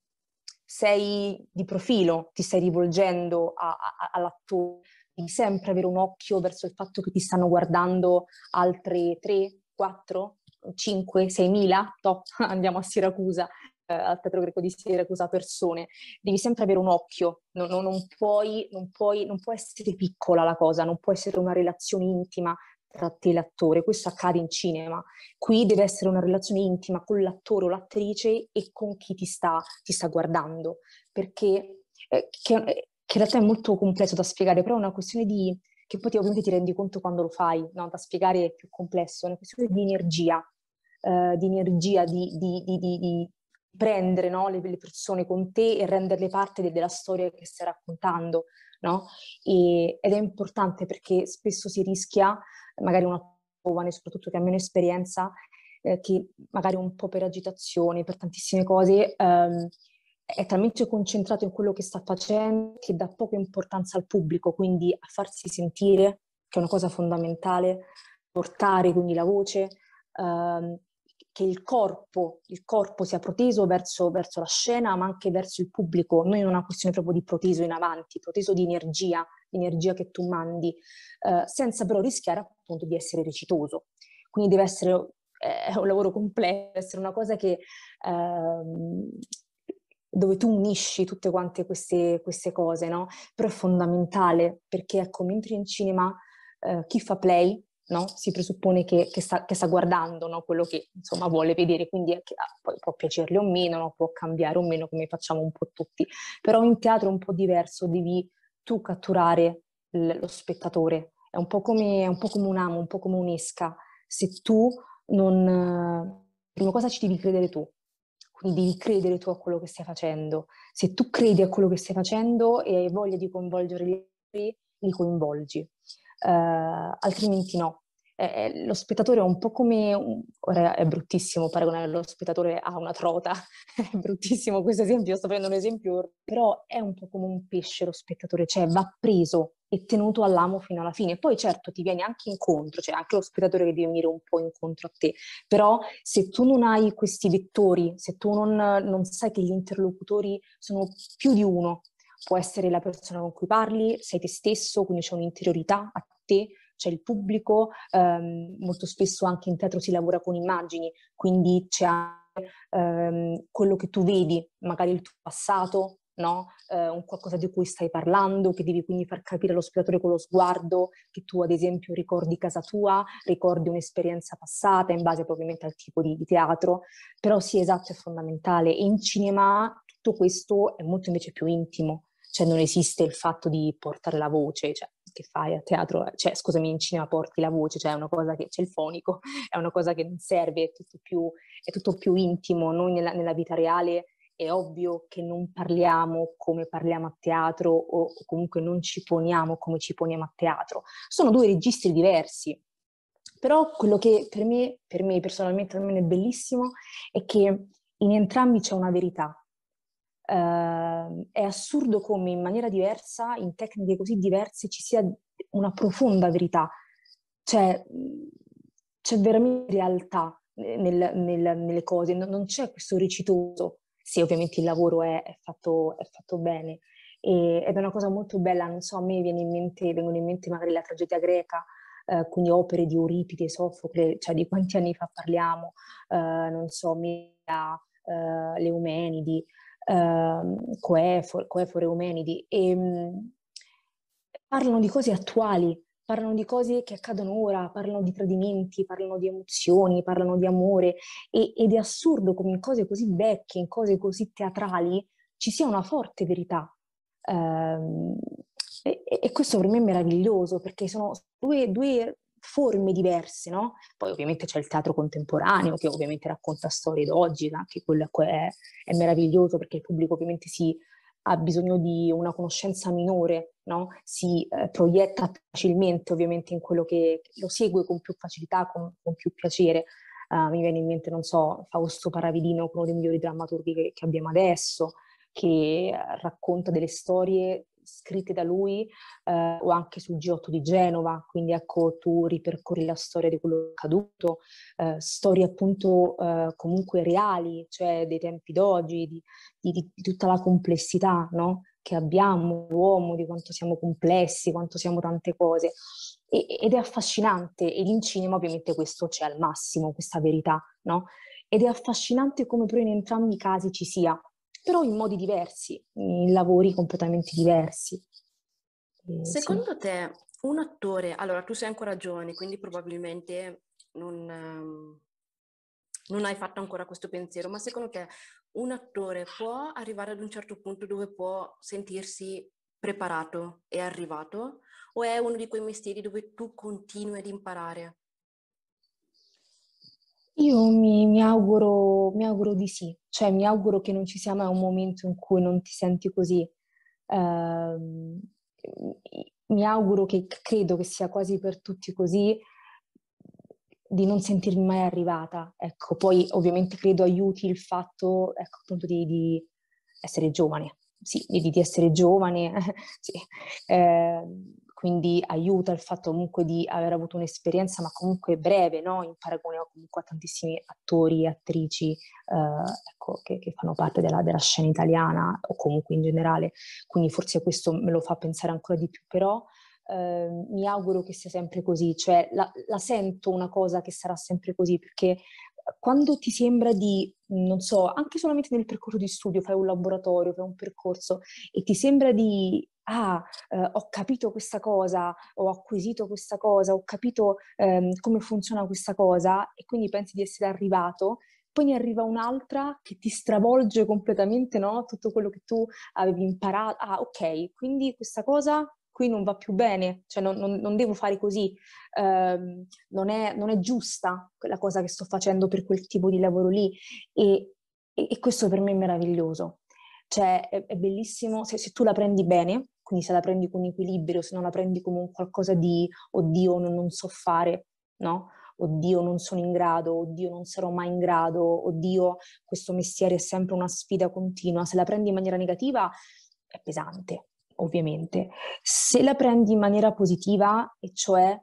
sei di profilo, ti stai rivolgendo a, a, all'attore, devi sempre avere un occhio verso il fatto che ti stanno guardando altre tre, quattro, cinque, seimila, top, andiamo a Siracusa, eh, al Teatro Greco di Siracusa, persone, devi sempre avere un occhio, non, non, non, puoi, non, puoi, non può essere piccola la cosa, non può essere una relazione intima tra te e l'attore, questo accade in cinema, qui deve essere una relazione intima con l'attore o l'attrice e con chi ti sta, ti sta guardando, perché eh, che, che in realtà è molto complesso da spiegare, però è una questione di, che poi ti, ovviamente ti rendi conto quando lo fai, no? Da spiegare è più complesso, è una questione di energia, eh, di energia, di, di, di, di, di prendere, no? le, le persone con te e renderle parte de, della storia che stai raccontando, no? E, ed è importante perché spesso si rischia, magari una giovane, soprattutto che ha meno esperienza, eh, che magari un po' per agitazione, per tantissime cose, ehm, è talmente concentrato in quello che sta facendo che dà poca importanza al pubblico, quindi a farsi sentire, che è una cosa fondamentale, portare quindi la voce, ehm, che il corpo, il corpo sia proteso verso, verso la scena, ma anche verso il pubblico. Noi non è una questione proprio di proteso in avanti, proteso di energia, energia che tu mandi, eh, senza però rischiare appunto di essere recitoso. Quindi deve essere è un lavoro complesso, deve essere una cosa che ehm, dove tu unisci tutte quante queste, queste cose, no? Però è fondamentale perché, ecco, mentre in cinema eh, chi fa play no? Si presuppone che, che, sta, che sta guardando, no? Quello che insomma vuole vedere, quindi è che, ah, poi può piacergli o meno, no? Può cambiare o meno, come facciamo un po' tutti. Però in teatro è un po' diverso, devi tu catturare l- lo spettatore. È un po' come, è un po' come un amo, un po' come un'esca. Se tu non... eh, prima cosa ci devi credere tu. Quindi devi credere tu a quello che stai facendo. Se tu credi a quello che stai facendo e hai voglia di coinvolgere gli altri, li coinvolgi. Eh, altrimenti no. Eh, eh, lo spettatore è un po' come, un- ora è bruttissimo paragonare lo spettatore a una trota, è bruttissimo questo esempio, sto prendendo un esempio, però è un po' come un pesce lo spettatore, cioè va preso e tenuto all'amo fino alla fine. Poi certo ti viene anche incontro, cioè anche lo spettatore che deve venire un po' incontro a te, però se tu non hai questi vettori, se tu non, non sai che gli interlocutori sono più di uno, può essere la persona con cui parli, sei te stesso, quindi c'è un'interiorità a te, c'è il pubblico, ehm, molto spesso anche in teatro si lavora con immagini, quindi c'è anche ehm, quello che tu vedi, magari il tuo passato, no? Eh, un qualcosa di cui stai parlando, che devi quindi far capire allo spettatore con lo sguardo, che tu ad esempio ricordi casa tua, ricordi un'esperienza passata, in base ovviamente al tipo di, di teatro, però sì, esatto, è fondamentale. E in cinema tutto questo è molto invece più intimo, cioè non esiste il fatto di portare la voce, cioè che fai a teatro, cioè scusami, in cinema porti la voce, cioè è una cosa che c'è il fonico, è una cosa che non serve, è tutto più, è tutto più intimo. Noi nella, nella vita reale è ovvio che non parliamo come parliamo a teatro o comunque non ci poniamo come ci poniamo a teatro. Sono due registri diversi, però quello che per me, per me personalmente almeno è bellissimo è che in entrambi c'è una verità. Uh, è assurdo come in maniera diversa, in tecniche così diverse, ci sia una profonda verità. Cioè, c'è veramente realtà nel, nel, nelle cose, non, non c'è questo recitoso, se ovviamente il lavoro è, è, fatto, è fatto bene. E, ed è una cosa molto bella, non so, a me viene in mente, vengono in mente magari la tragedia greca, eh, quindi opere di Euripide, Sofocle, cioè di quanti anni fa parliamo, eh, non so, Mela, eh, le Eumenidi, Uh, Coefore, Coefore Eumenidi, e um, parlano di cose attuali, parlano di cose che accadono ora, parlano di tradimenti, parlano di emozioni, parlano di amore, e, ed è assurdo come in cose così vecchie, in cose così teatrali, ci sia una forte verità. Uh, e, e questo per me è meraviglioso, perché sono due, due forme diverse, no? Poi ovviamente c'è il teatro contemporaneo che ovviamente racconta storie d'oggi, anche quello è, è meraviglioso perché il pubblico ovviamente si ha bisogno di una conoscenza minore, no? Si eh, proietta facilmente ovviamente in quello che lo segue con più facilità, con, con più piacere. Uh, mi viene in mente, non so, Fausto Paravidino, uno dei migliori drammaturghi che, che abbiamo adesso, che racconta delle storie scritte da lui, eh, o anche sul G otto di Genova, quindi ecco tu ripercorri la storia di quello accaduto, eh, storie appunto eh, comunque reali, cioè dei tempi d'oggi, di, di, di tutta la complessità, no? Che abbiamo, l'uomo, di quanto siamo complessi, quanto siamo tante cose. E, ed è affascinante, ed in cinema ovviamente questo c'è al massimo, questa verità, no? Ed è affascinante come però in entrambi i casi ci sia, però in modi diversi, in lavori completamente diversi. Eh, Secondo sì. te un attore, allora tu sei ancora giovane, quindi probabilmente non, ehm, non hai fatto ancora questo pensiero, ma secondo te un attore può arrivare ad un certo punto dove può sentirsi preparato e arrivato, o è uno di quei mestieri dove tu continui ad imparare? Io mi, mi auguro, mi auguro di sì, cioè mi auguro che non ci sia mai un momento in cui non ti senti così. Ehm, mi auguro che, credo che sia quasi per tutti così, di non sentirmi mai arrivata. Ecco, poi ovviamente credo aiuti il fatto, ecco, appunto di, di essere giovane, sì, di, di essere giovane, sì. Eh, quindi aiuta il fatto comunque di aver avuto un'esperienza, ma comunque breve, no? In paragone a, comunque a tantissimi attori e attrici, eh, ecco, che, che fanno parte della, della scena italiana o comunque in generale. Quindi forse questo me lo fa pensare ancora di più, però eh, mi auguro che sia sempre così, cioè la, la sento una cosa che sarà sempre così, perché quando ti sembra di, non so, anche solamente nel percorso di studio, fai un laboratorio, fai un percorso e ti sembra di ah, eh, ho capito questa cosa, ho acquisito questa cosa, ho capito ehm, come funziona questa cosa e quindi pensi di essere arrivato, poi ne arriva un'altra che ti stravolge completamente, no? Tutto quello che tu avevi imparato. Ah, ok, quindi questa cosa qui non va più bene, cioè non, non- non devo fare così, ehm, non è, non è giusta quella cosa che sto facendo per quel tipo di lavoro lì e, e- e questo per me è meraviglioso. Cioè è, è bellissimo se, se tu la prendi bene, quindi se la prendi con equilibrio, se non la prendi come un qualcosa di oddio non, non so fare, no? Oddio non sono in grado, oddio non sarò mai in grado, oddio questo mestiere è sempre una sfida continua. Se la prendi in maniera negativa è pesante, ovviamente. Se la prendi in maniera positiva, e cioè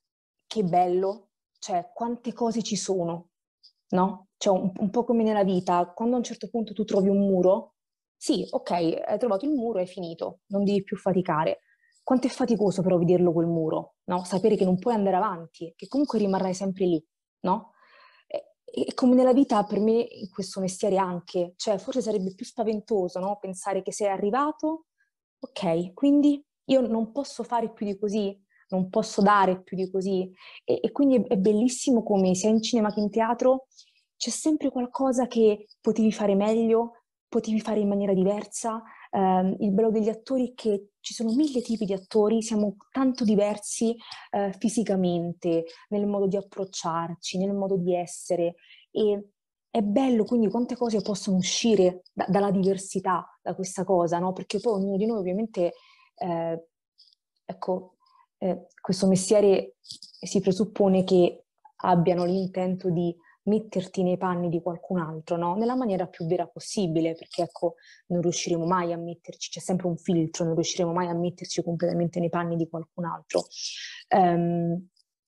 che bello, cioè quante cose ci sono, no? Cioè un, un po' come nella vita, quando a un certo punto tu trovi un muro, sì, ok, hai trovato il muro, è finito, non devi più faticare. Quanto è faticoso però vederlo quel muro, no? Sapere che non puoi andare avanti, che comunque rimarrai sempre lì, no? E, e come nella vita per me in questo mestiere anche, cioè forse sarebbe più spaventoso, no? Pensare che sei arrivato, ok, quindi io non posso fare più di così, non posso dare più di così. E, e quindi è, è bellissimo come sia in cinema che in teatro c'è sempre qualcosa che potevi fare meglio, potevi fare in maniera diversa. Eh, il bello degli attori è che ci sono mille tipi di attori, siamo tanto diversi eh, fisicamente, nel modo di approcciarci, nel modo di essere. E è bello quindi quante cose possono uscire da- dalla diversità, da questa cosa, no? Perché poi ognuno di noi ovviamente, eh, ecco, eh, questo mestiere si presuppone che abbiano l'intento di metterti nei panni di qualcun altro, no? Nella maniera più vera possibile, perché ecco, non riusciremo mai a metterci, c'è sempre un filtro, non riusciremo mai a metterci completamente nei panni di qualcun altro. Ehm,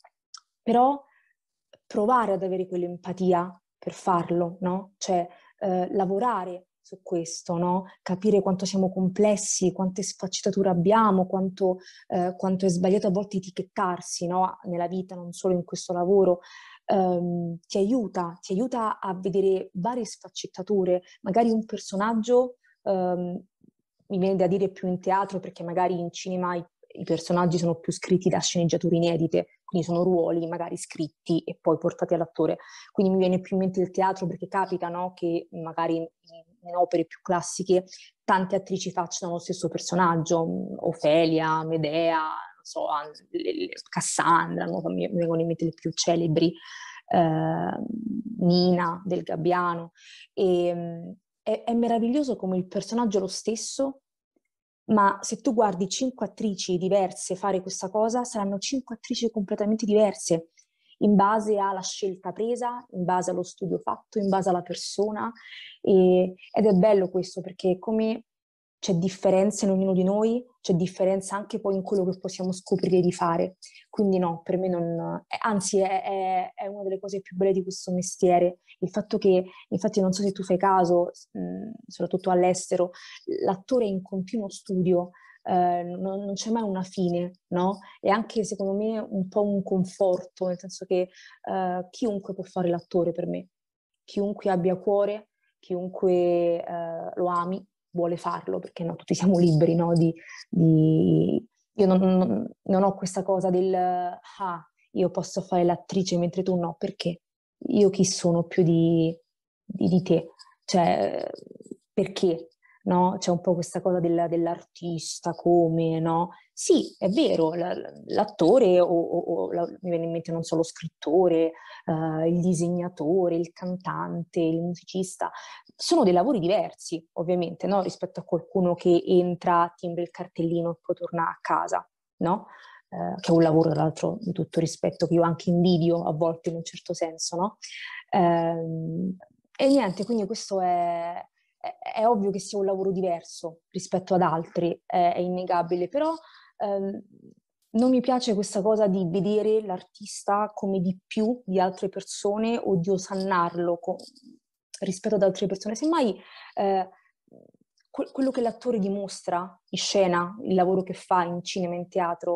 però provare ad avere quell'empatia per farlo, no? Cioè eh, lavorare su questo, no? Capire quanto siamo complessi, quante sfaccettature abbiamo, quanto, eh, quanto è sbagliato a volte etichettarsi, no? Nella vita, non solo in questo lavoro. Ehm, ti aiuta, ti aiuta a vedere varie sfaccettature, magari un personaggio, ehm, mi viene da dire più in teatro perché magari in cinema i, i personaggi sono più scritti da sceneggiature inedite, quindi sono ruoli magari scritti e poi portati all'attore. Quindi mi viene più in mente il teatro perché capita, no, che magari in, in opere più classiche tante attrici facciano lo stesso personaggio, Ofelia, Medea, non so, le, le, Cassandra, no? mi, mi vengono in mente le più celebri, eh, Nina del Gabbiano. E, è, è meraviglioso come il personaggio è lo stesso, ma se tu guardi cinque attrici diverse fare questa cosa, saranno cinque attrici completamente diverse, in base alla scelta presa, in base allo studio fatto, in base alla persona. E, ed è bello questo perché come c'è differenza in ognuno di noi, c'è differenza anche poi in quello che possiamo scoprire di fare. Quindi no, per me non... eh, anzi è, è, è una delle cose più belle di questo mestiere, il fatto che, infatti non so se tu fai caso, mh, soprattutto all'estero, l'attore è in continuo studio, eh, non, non c'è mai una fine, no? E anche secondo me un po' un conforto, nel senso che eh, chiunque può fare l'attore per me, chiunque abbia cuore, chiunque eh, lo ami, vuole farlo, perché no, tutti siamo liberi, no? Di, di... Io non, non, non ho questa cosa del ah, io posso fare l'attrice mentre tu no, perché? Io chi sono più di, di, di te? Cioè, perché? No? C'è un po' questa cosa del, dell'artista, come, no? Sì, è vero, l'attore o, o, o la, mi viene in mente non solo lo scrittore, eh, il disegnatore, il cantante, il musicista, sono dei lavori diversi, ovviamente, no? Rispetto a qualcuno che entra, timbra il cartellino e poi torna a casa, no? Eh, che è un lavoro, tra l'altro, di tutto rispetto, che io anche invidio a volte in un certo senso, no? Ehm, e niente, quindi questo è, è, è ovvio che sia un lavoro diverso rispetto ad altri, è, è innegabile, però ehm, non mi piace questa cosa di vedere l'artista come di più di altre persone o di osannarlo co- rispetto ad altre persone. Semmai eh, que- quello che l'attore dimostra in scena, il lavoro che fa in cinema, in teatro,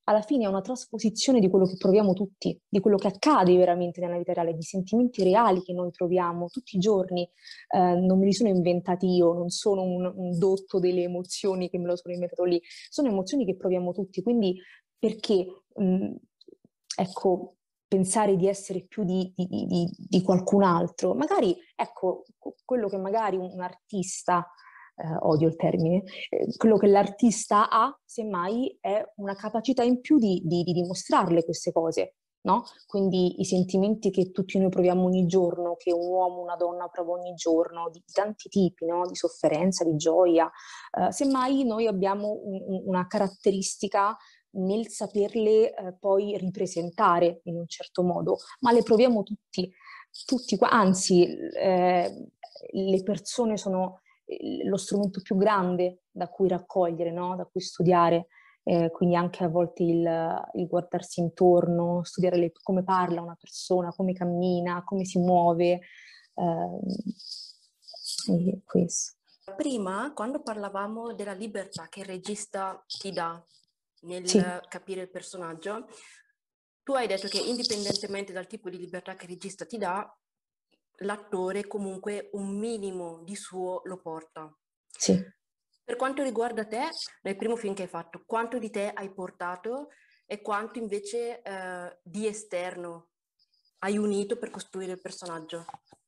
alla fine è una trasposizione di quello che proviamo tutti, di quello che accade veramente nella vita reale, di sentimenti reali che noi proviamo tutti i giorni. Eh, non me li sono inventati io, non sono un, un dotto delle emozioni che me lo sono inventato lì, sono emozioni che proviamo tutti, quindi perché, mh, ecco, pensare di essere più di, di, di, di qualcun altro? Magari, ecco, quello che magari un, un artista, eh, odio il termine, eh, quello che l'artista ha, semmai, è una capacità in più di, di, di dimostrarle queste cose, no? Quindi i sentimenti che tutti noi proviamo ogni giorno, che un uomo, una donna prova ogni giorno, di, di tanti tipi, no? Di sofferenza, di gioia, eh, semmai noi abbiamo un, un, una caratteristica nel saperle eh, poi ripresentare in un certo modo, ma le proviamo tutti, tutti qua, anzi eh, le persone sono lo strumento più grande da cui raccogliere, no? Da cui studiare, eh, quindi anche a volte il, il guardarsi intorno, studiare le, come parla una persona, come cammina, come si muove, eh, e questo. Prima, quando parlavamo della libertà che il regista ti dà nel Sì. capire il personaggio, tu hai detto che indipendentemente dal tipo di libertà che il regista ti dà, l'attore comunque un minimo di suo lo porta. Sì. Per quanto riguarda te, nel primo film che hai fatto, quanto di te hai portato e quanto invece eh, di esterno hai unito per costruire il personaggio?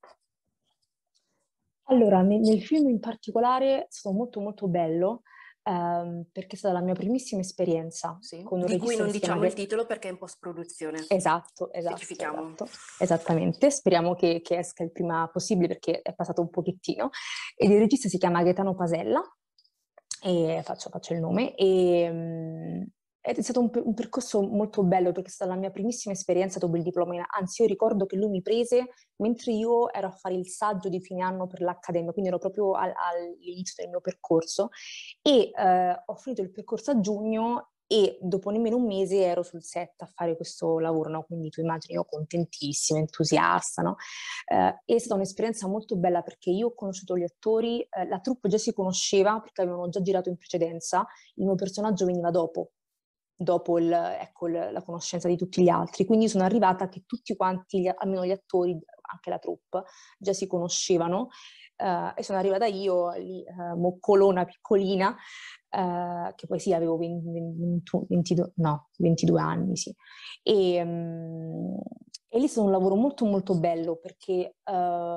Allora, nel, nel film in particolare è stato molto molto bello, ehm, perché è stata la mia primissima esperienza Sì. con un Di cui regista non che si chiama... diciamo il titolo perché è in post-produzione. Esatto, esatto, Specifichiamo. esatto, esattamente. Speriamo che, che esca il prima possibile perché è passato un pochettino. Ed il regista si chiama Gaetano Pasella, e faccio, faccio il nome, e, um, ed è stato un, un percorso molto bello perché è stata la mia primissima esperienza dopo il diploma. In, anzi, io ricordo che lui mi prese mentre io ero a fare il saggio di fine anno per l'Accademia, quindi ero proprio al, all'inizio del mio percorso e eh, ho finito il percorso a giugno e dopo nemmeno un mese ero sul set a fare questo lavoro, no? Quindi tu immagini io contentissima, entusiasta, no? Eh, è stata un'esperienza molto bella perché io ho conosciuto gli attori, eh, la troupe già si conosceva perché avevano già girato in precedenza, il mio personaggio veniva dopo, dopo il, ecco, il, la conoscenza di tutti gli altri, quindi sono arrivata che tutti quanti, gli, almeno gli attori, anche la troupe, già si conoscevano, eh, e sono arrivata io lì, eh, moccolona, piccolina, Uh, che poi sì, avevo venti, venti, ventidue, no, ventidue anni, sì. E, um, e lì è stato un lavoro molto molto bello perché, uh,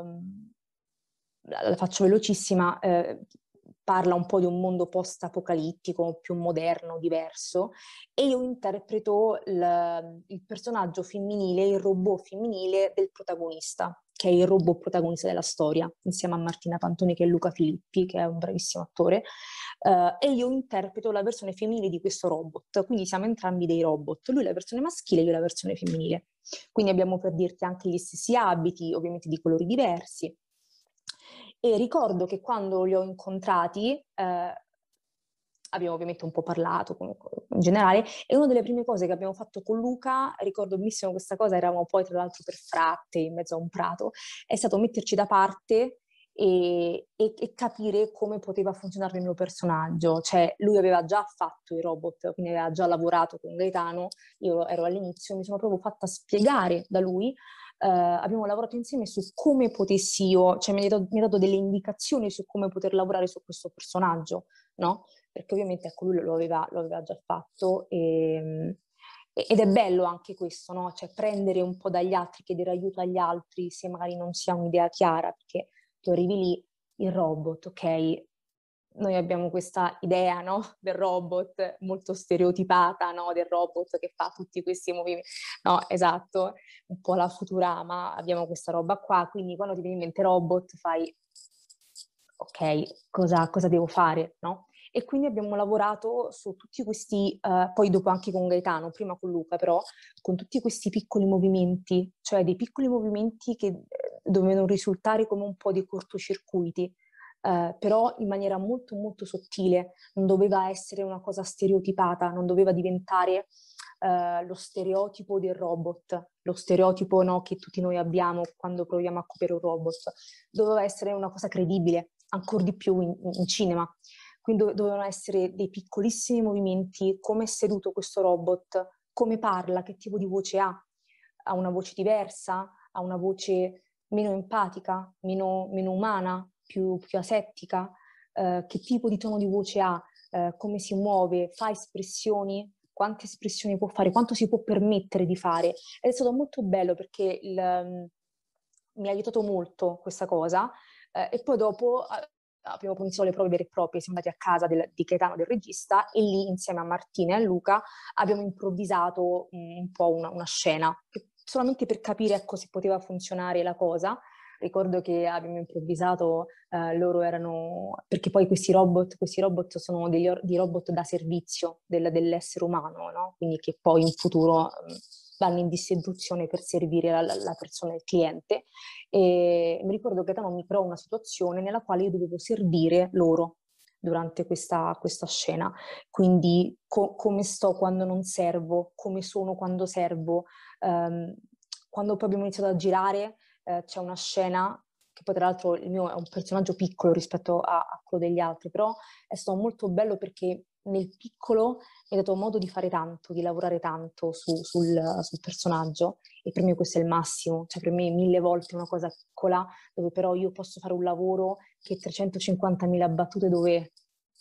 la faccio velocissima, eh, parla un po' di un mondo post-apocalittico, più moderno, diverso, e io interpreto il, il personaggio femminile, il robot femminile del protagonista, che è il robot protagonista della storia, insieme a Martina Pantoni che è Luca Filippi, che è un bravissimo attore, uh, e io interpreto la versione femminile di questo robot, quindi siamo entrambi dei robot, lui è la versione maschile e io la versione femminile. Quindi abbiamo, per dirti, anche gli stessi abiti, ovviamente di colori diversi. E ricordo che quando li ho incontrati, eh, abbiamo ovviamente un po' parlato comunque, in generale, e una delle prime cose che abbiamo fatto con Luca, ricordo benissimo questa cosa, eravamo poi tra l'altro per fratte in mezzo a un prato, è stato metterci da parte e, e, e capire come poteva funzionare il mio personaggio. Cioè lui aveva già fatto i robot, quindi aveva già lavorato con Gaetano, io ero all'inizio, mi sono proprio fatta spiegare da lui. Uh, abbiamo lavorato insieme su come potessi io, cioè mi ha, dato, mi ha dato delle indicazioni su come poter lavorare su questo personaggio, no? Perché ovviamente ecco, lui lo aveva, lo aveva già fatto e, ed è bello anche questo, no? Cioè prendere un po' dagli altri, chiedere aiuto agli altri se magari non si ha un'idea chiara, perché tu arrivi lì, il robot, ok? Noi abbiamo questa idea, no, del robot molto stereotipata, no, del robot che fa tutti questi movimenti, no, esatto, un po' la Futurama, abbiamo questa roba qua, quindi quando ti viene in mente robot fai, ok, cosa, cosa devo fare, no? E quindi abbiamo lavorato su tutti questi, uh, poi dopo anche con Gaetano, prima con Luca però, con tutti questi piccoli movimenti, cioè dei piccoli movimenti che eh, dovevano risultare come un po' di cortocircuiti, Uh, però in maniera molto molto sottile, non doveva essere una cosa stereotipata, non doveva diventare uh, lo stereotipo del robot, lo stereotipo, no, che tutti noi abbiamo quando proviamo a copiare un robot, doveva essere una cosa credibile, ancora di più in, in cinema. quindi dove- dovevano essere dei piccolissimi movimenti, come è seduto questo robot, come parla, che tipo di voce ha, ha una voce diversa, ha una voce meno empatica, meno, meno umana, più, più asettica, eh, che tipo di tono di voce ha, eh, come si muove, fa espressioni, quante espressioni può fare, quanto si può permettere di fare. Ed è stato molto bello perché il, um, mi ha aiutato molto questa cosa, eh, e poi dopo eh, abbiamo iniziato le prove vere e proprie, siamo andati a casa del, di Gaetano, del regista, e lì insieme a Martina e a Luca abbiamo improvvisato un, un po' una, una scena, solamente per capire, ecco, se poteva funzionare la cosa. Ricordo che abbiamo improvvisato, eh, loro erano, perché poi questi robot, questi robot sono degli, dei robot da servizio del, dell'essere umano, no? Quindi che poi in futuro mh, vanno in distribuzione per servire la, la persona, il cliente. E mi ricordo che Gaetano mi creò una situazione nella quale io dovevo servire loro durante questa, questa scena. Quindi co- come sto quando non servo, come sono quando servo. Um, quando poi abbiamo iniziato a girare, eh, c'è una scena che poi tra l'altro il mio è un personaggio piccolo rispetto a, a quello degli altri, però è stato molto bello perché nel piccolo mi ha dato modo di fare tanto, di lavorare tanto su, sul, sul personaggio, e per me questo è il massimo. Cioè per me mille volte una cosa piccola dove però io posso fare un lavoro che trecentocinquantamila battute dove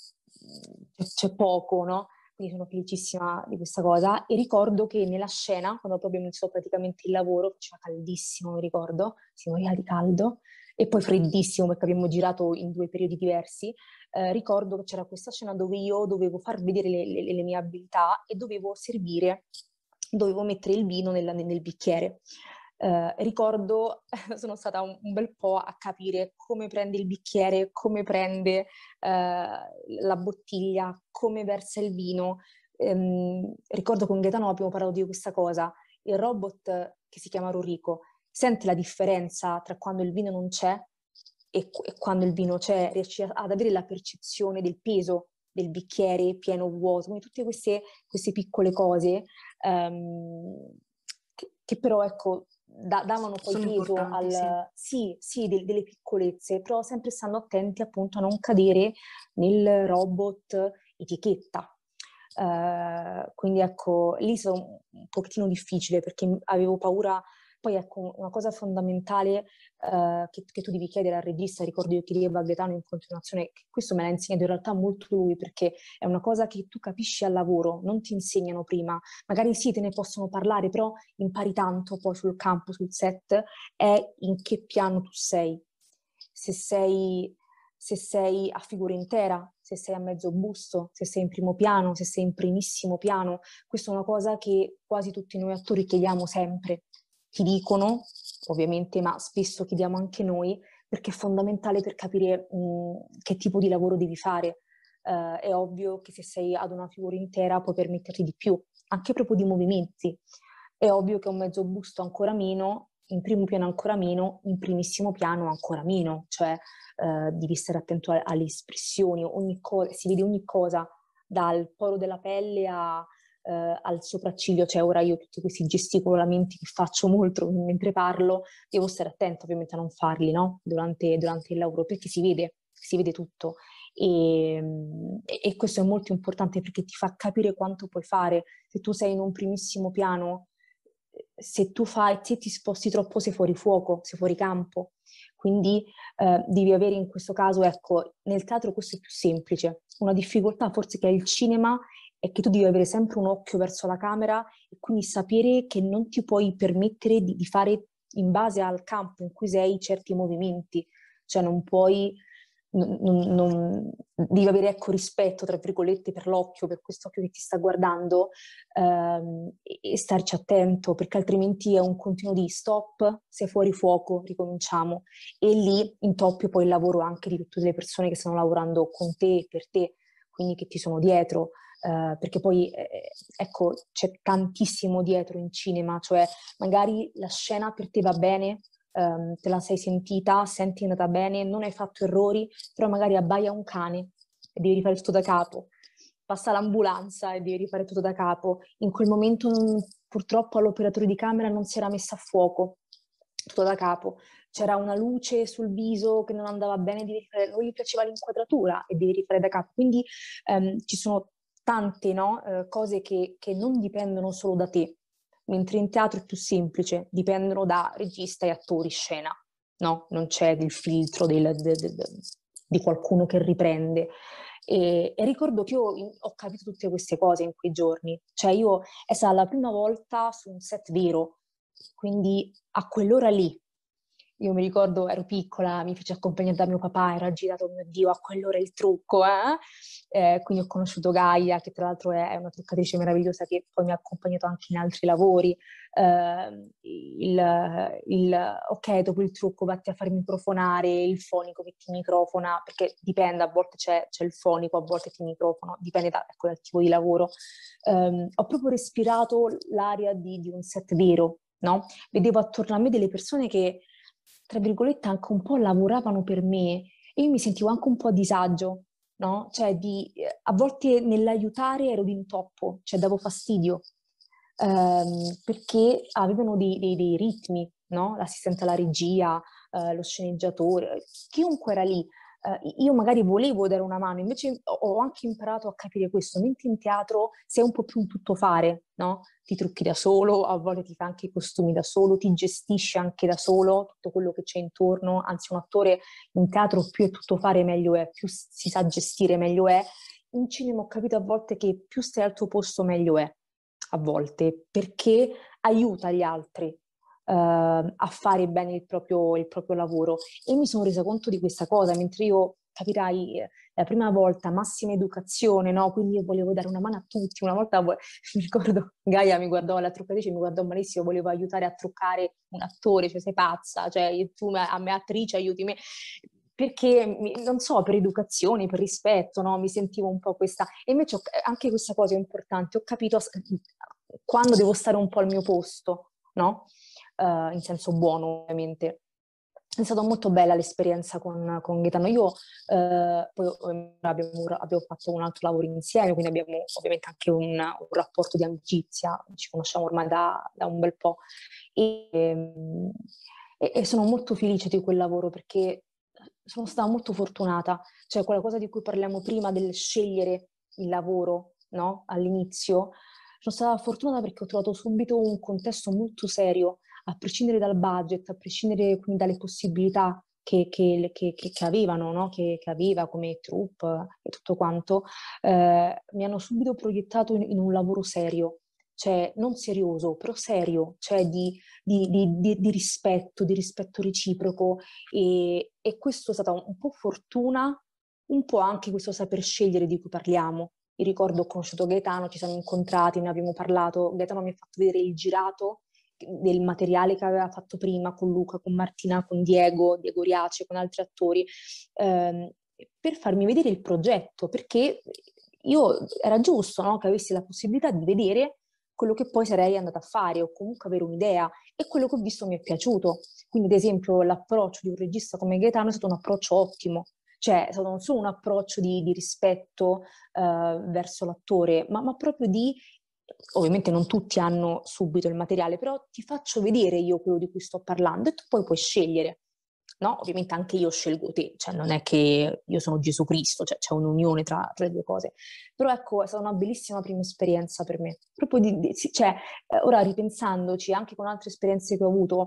c'è poco, no? Quindi sono felicissima di questa cosa. E ricordo che nella scena, quando poi abbiamo iniziato praticamente il lavoro, faceva caldissimo, mi ricordo, si moriva di caldo, e poi freddissimo perché abbiamo girato in due periodi diversi. Eh, ricordo che c'era questa scena dove io dovevo far vedere le, le, le mie abilità e dovevo servire, dovevo mettere il vino nel, nel bicchiere. Eh, ricordo, sono stata un, un bel po' a capire come prende il bicchiere, come prende eh, la bottiglia, come versa il vino. Ehm, ricordo con Gaetano abbiamo parlato di questa cosa. Il robot che si chiama Rorico sente la differenza tra quando il vino non c'è e, e quando il vino c'è, riesce ad avere la percezione del peso del bicchiere pieno o vuoto, quindi tutte queste, queste piccole cose ehm, che, che però ecco da, davano poi Sono peso importanti, sì. al sì, sì, del, delle piccolezze, però sempre stando attenti appunto a non cadere nel robot etichetta. Uh, quindi ecco, lì è stato un pochettino difficile perché avevo paura. Poi ecco, una cosa fondamentale uh, che, che tu devi chiedere al regista, ricordo io chiedevo a Gaetano in continuazione, che questo me l'ha insegnato in realtà molto lui, perché è una cosa che tu capisci al lavoro, non ti insegnano prima. Magari sì, te ne possono parlare, però impari tanto poi sul campo, sul set, è in che piano tu sei. Se sei, se sei a figura intera, se sei a mezzo busto, se sei in primo piano, se sei in primissimo piano. Questa è una cosa che quasi tutti noi attori chiediamo sempre. Ti dicono, ovviamente, ma spesso chiediamo anche noi, perché è fondamentale per capire mh, che tipo di lavoro devi fare. Uh, è ovvio che se sei ad una figura intera puoi permetterti di più, anche proprio di movimenti. È ovvio che un mezzo busto ancora meno, in primo piano ancora meno, in primissimo piano ancora meno, cioè uh, devi stare attento a, alle espressioni, ogni cosa, si vede ogni cosa, dal poro della pelle a, uh, al sopracciglio, cioè ora io tutti questi gesticolamenti che faccio molto mentre parlo, devo stare attenta ovviamente a non farli, no? Durante, durante il lavoro, perché si vede, si vede tutto. E, e questo è molto importante perché ti fa capire quanto puoi fare. Se tu sei in un primissimo piano, se tu fai, se ti sposti troppo sei fuori fuoco, sei fuori campo. Quindi eh, devi avere in questo caso, ecco, nel teatro questo è più semplice. Una difficoltà forse che ha il cinema è che tu devi avere sempre un occhio verso la camera e quindi sapere che non ti puoi permettere di, di fare in base al campo in cui sei certi movimenti. Cioè non puoi Non, non, devi avere ecco rispetto tra virgolette per l'occhio, per quest'occhio che ti sta guardando, ehm, e, e starci attento perché altrimenti è un continuo di stop, sei fuori fuoco, ricominciamo, e lì intoppi poi il lavoro anche di tutte le persone che stanno lavorando con te e per te, quindi che ti sono dietro, eh, perché poi eh, ecco c'è tantissimo dietro in cinema, cioè magari la scena per te va bene, Um, te la sei sentita, senti è andata bene, non hai fatto errori, però magari abbaia un cane e devi rifare tutto da capo, passa l'ambulanza e devi rifare tutto da capo. In quel momento non, purtroppo all'operatore di camera non si era messa a fuoco, tutto da capo. c'era una luce sul viso che non andava bene, devi rifare, non gli piaceva l'inquadratura e devi rifare da capo. Quindi ehm, ci sono tante, no, eh, cose che, che non dipendono solo da te, mentre in teatro è più semplice, dipendono da regista e attori, scena, no? Non c'è del filtro del, del, del, di qualcuno che riprende. E, e ricordo che io in, ho capito tutte queste cose in quei giorni, cioè io è stata la prima volta su un set vero, quindi a quell'ora lì, io mi ricordo ero piccola, mi feci accompagnare da mio papà, era girato, mio Dio, a quell'ora il trucco, eh? Eh, quindi ho conosciuto Gaia, che tra l'altro è, è una truccatrice meravigliosa che poi mi ha accompagnato anche in altri lavori. Eh, il, il, ok, dopo il trucco vatti a far microfonare, il fonico che ti microfona, perché dipende, a volte c'è, c'è il fonico, a volte ti microfono, dipende da, ecco, dal tipo di lavoro. Eh, ho proprio respirato l'aria di, di un set vero, no? Vedevo attorno a me delle persone che, tra virgolette, anche un po' lavoravano per me e io mi sentivo anche un po' a disagio, no? Cioè di, a volte nell'aiutare ero d'intoppo, cioè davo fastidio, ehm, perché avevano dei, dei- dei ritmi, no? L'assistente alla regia, eh, lo sceneggiatore, chiunque era lì. Eh, io magari volevo dare una mano, invece ho ho anche imparato a capire questo, mentre in teatro sei un po' più un tuttofare, no? Ti trucchi da solo, a volte ti fa anche i costumi da solo, ti gestisci anche da solo tutto quello che c'è intorno, anzi un attore in teatro più è tuttofare meglio è, più si sa gestire meglio è. In cinema ho capito a volte che più stai al tuo posto meglio è, a volte, perché aiuta gli altri eh, a fare bene il proprio, il proprio lavoro. E mi sono resa conto di questa cosa, mentre io, capirai, eh, la prima volta, massima educazione, no? Quindi io volevo dare una mano a tutti. Una volta, mi ricordo, Gaia mi guardò, la truccatrice mi guardò malissimo, volevo aiutare a truccare un attore, cioè sei pazza, cioè tu a me attrice aiuti me. Perché, non so, per educazione, per rispetto, no? Mi sentivo un po' questa... E invece ho, anche questa cosa è importante, ho capito quando devo stare un po' al mio posto, no? Uh, in senso buono, ovviamente. È stata molto bella l'esperienza con, con Gaetano. Io eh, poi abbiamo, abbiamo fatto un altro lavoro insieme, quindi abbiamo ovviamente anche un, un rapporto di amicizia, ci conosciamo ormai da, da un bel po'. E, e, e sono molto felice di quel lavoro perché sono stata molto fortunata. Cioè quella cosa di cui parliamo prima del scegliere il lavoro, no? All'inizio, sono stata fortunata perché ho trovato subito un contesto molto serio, a prescindere dal budget, a prescindere quindi dalle possibilità che, che, che, che avevano, no? che, che aveva come troupe e tutto quanto, eh, mi hanno subito proiettato in, in un lavoro serio, cioè non serioso, però serio, cioè di, di, di, di, di rispetto, di rispetto reciproco e, e questo è stata un, un po' fortuna, un po' anche questo saper scegliere di cui parliamo. Io ricordo, ho conosciuto Gaetano, ci siamo incontrati, ne abbiamo parlato, Gaetano mi ha fatto vedere il girato del materiale che aveva fatto prima con Luca, con Martina, con Diego, Diego Riace, con altri attori, ehm, per farmi vedere il progetto, perché io era giusto, no, che avessi la possibilità di vedere quello che poi sarei andata a fare o comunque avere un'idea e quello che ho visto mi è piaciuto. Quindi ad esempio l'approccio di un regista come Gaetano è stato un approccio ottimo, cioè è stato non solo un approccio di, di rispetto eh, verso l'attore, ma, ma proprio di, ovviamente non tutti hanno subito il materiale, però ti faccio vedere io quello di cui sto parlando e tu poi puoi scegliere. No? Ovviamente anche io scelgo te, cioè non è che io sono Gesù Cristo, cioè c'è un'unione tra, tra le due cose. Però ecco, è stata una bellissima prima esperienza per me. Proprio di, di, cioè, eh, ora ripensandoci, anche con altre esperienze che ho avuto,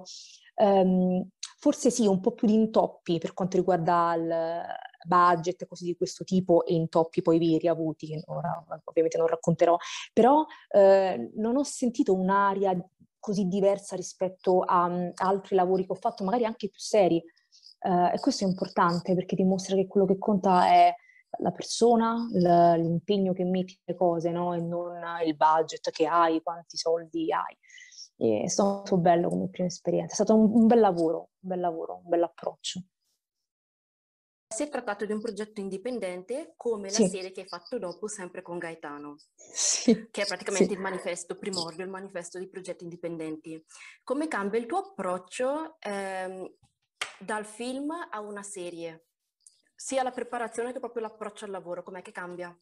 ehm, forse sì, un po' più di intoppi per quanto riguarda il budget e cose di questo tipo e intoppi poi veri avuti, che ora ovviamente non racconterò, però eh, non ho sentito un'aria così diversa rispetto a, a altri lavori che ho fatto, magari anche più seri. Uh, e questo è importante perché dimostra che quello che conta è la persona, l- l'impegno che metti nelle cose, no? E non il budget che hai, quanti soldi hai. E è stato bello come prima esperienza, è stato un, un bel lavoro, un bel lavoro, un bel approccio. Si è trattato di un progetto indipendente come la Sì, serie che hai fatto dopo, sempre con Gaetano, sì, che è praticamente sì. il manifesto primordio, il manifesto di progetti indipendenti. Come cambia il tuo approccio ehm, dal film a una serie? Sia la preparazione che proprio l'approccio al lavoro, com'è che cambia?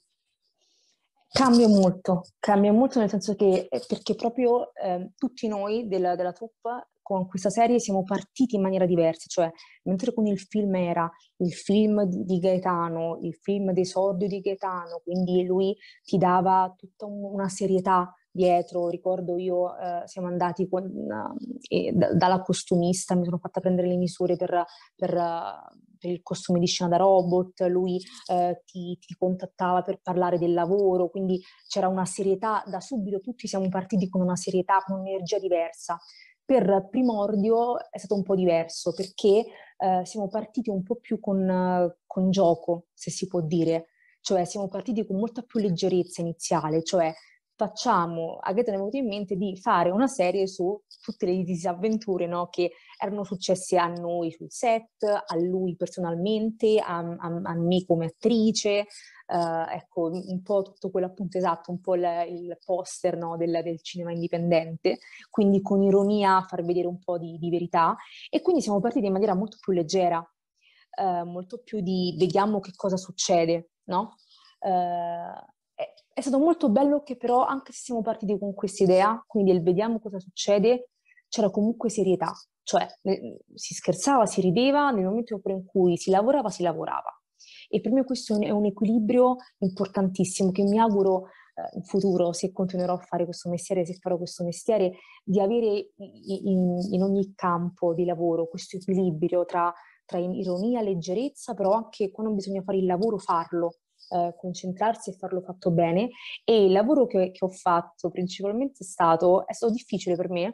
Cambia molto, cambia molto nel senso che, eh, perché proprio eh, tutti noi della, della troupe con questa serie siamo partiti in maniera diversa, cioè mentre con il film era il film di, di Gaetano, il film d'esordio di Gaetano, quindi lui ti dava tutta un- una serietà dietro. Ricordo io, eh, siamo andati con, eh, e da- dalla costumista, mi sono fatta prendere le misure per, per, eh, per il costume di scena da robot, lui eh, ti, ti contattava per parlare del lavoro, quindi c'era una serietà da subito, tutti siamo partiti con una serietà, con un'energia diversa. Per Primordio è stato un po' diverso perché eh, siamo partiti un po' più con, eh, con gioco, se si può dire, cioè siamo partiti con molta più leggerezza iniziale, cioè facciamo, a Gaeta ne è venuto in mente di fare una serie su tutte le disavventure, no, che erano successe a noi sul set, a lui personalmente, a, a, a me come attrice, Uh, ecco, un po' tutto quello appunto esatto, un po' il, il poster, no, del, del cinema indipendente, quindi con ironia far vedere un po' di, di verità, e quindi siamo partiti in maniera molto più leggera, uh, molto più di vediamo che cosa succede, no? Uh, è, è stato molto bello che però anche se siamo partiti con questa idea, quindi il vediamo cosa succede, c'era comunque serietà, cioè eh, si scherzava, si rideva, nel momento in cui si lavorava, si lavorava. E per me questo è un equilibrio importantissimo che mi auguro eh, in futuro, se continuerò a fare questo mestiere, se farò questo mestiere, di avere in, in ogni campo di lavoro questo equilibrio tra, tra ironia, leggerezza, però anche quando bisogna fare il lavoro farlo, eh, concentrarsi e farlo fatto bene. E il lavoro che, che ho fatto principalmente è stato, è stato difficile per me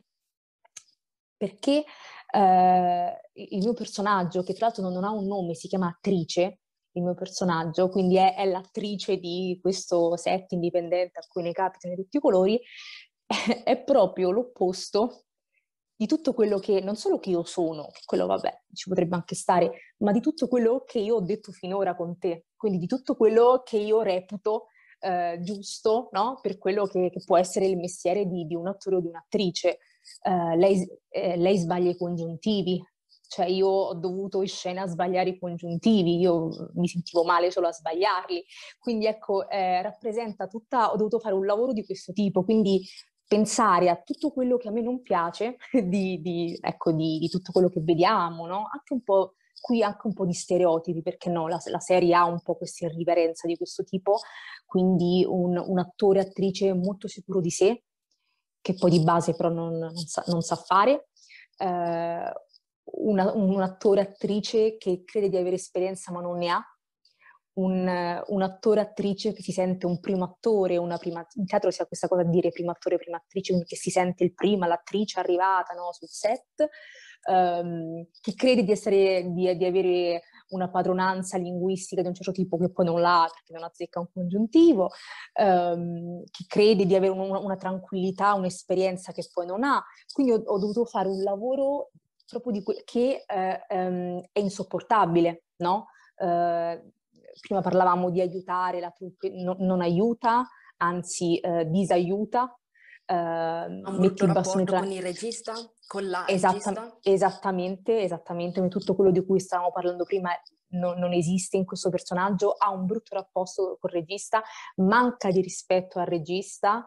perché eh, il mio personaggio, che tra l'altro non ha un nome, si chiama Attrice, il mio personaggio, quindi è, è l'attrice di questo set indipendente a cui ne capitano di tutti i colori, è, è proprio l'opposto di tutto quello che, non solo che io sono, che quello vabbè, ci potrebbe anche stare, ma di tutto quello che io ho detto finora con te, quindi di tutto quello che io reputo eh, giusto, no? Per quello che, che può essere il mestiere di, di un attore o di un'attrice. Uh, lei, eh, lei sbaglia i congiuntivi, cioè io ho dovuto in scena sbagliare i congiuntivi, io mi sentivo male solo a sbagliarli, quindi ecco, eh, rappresenta tutta, ho dovuto fare un lavoro di questo tipo, quindi pensare a tutto quello che a me non piace, di, di, ecco, di, di tutto quello che vediamo, no? Anche un po', qui anche un po' di stereotipi, perché no, la, la serie ha un po' questa irriverenza di questo tipo, quindi un, un attore, attrice molto sicuro di sé, che poi di base però non, non, sa, non sa fare, eh, una, un attore, attrice che crede di avere esperienza ma non ne ha, un, un attore, attrice che si sente un primo attore, una prima, in teatro si ha questa cosa di dire primo attore, prima attrice, quindi che si sente il prima, l'attrice arrivata, no, sul set, ehm, che crede di, essere, di, di avere una padronanza linguistica di un certo tipo che poi non l'ha perché non azzecca un congiuntivo, ehm, che crede di avere un, una tranquillità, un'esperienza che poi non ha. Quindi ho, ho dovuto fare un lavoro proprio di que- che eh, ehm, è insopportabile, no? Eh, prima parlavamo di aiutare, la troupe no, non aiuta, anzi eh, disaiuta, eh, Ha un metti brutto i bastoni rapporto tra... con il regista? Con la Esatta- regista? esattamente, esattamente, tutto quello di cui stavamo parlando prima non, non esiste in questo personaggio, ha un brutto rapporto col regista, manca di rispetto al regista,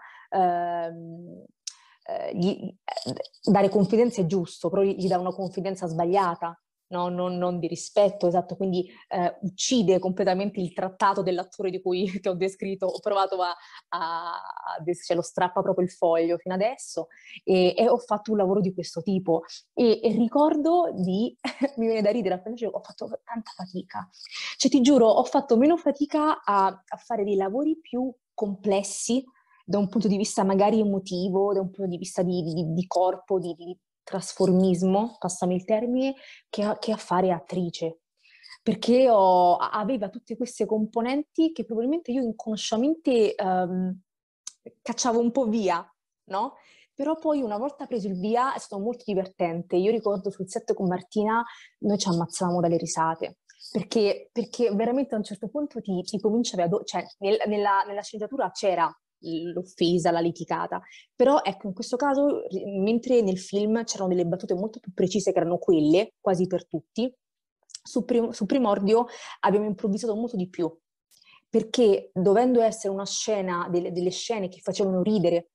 ehm, eh, gli- eh, dare confidenza è giusto, però gli, gli dà una confidenza sbagliata, no? Non, non di rispetto, esatto, quindi eh, uccide completamente il trattato dell'attore di cui ti ho descritto, ho provato a, a, a cioè lo strappa proprio il foglio fino adesso, e, e ho fatto un lavoro di questo tipo e, e ricordo di, mi viene da ridere appena dicevo, ho fatto tanta fatica, cioè ti giuro ho fatto meno fatica a, a fare dei lavori più complessi da un punto di vista magari emotivo, da un punto di vista di, di, di corpo, di, di trasformismo, passami il termine, che a, che a fare attrice, perché ho, aveva tutte queste componenti che probabilmente io inconsciamente ehm, cacciavo un po' via, no? Però poi una volta preso il via è stato molto divertente. Io ricordo sul set con Martina noi ci ammazzavamo dalle risate, perché, perché veramente a un certo punto ti, ti comincia a vedere, cioè nel, nella, nella sceneggiatura c'era l'offesa, la litigata, però ecco in questo caso, mentre nel film c'erano delle battute molto più precise che erano quelle, quasi per tutti, su, prim- su Primordio abbiamo improvvisato molto di più, perché dovendo essere una scena, delle, delle scene che facevano ridere,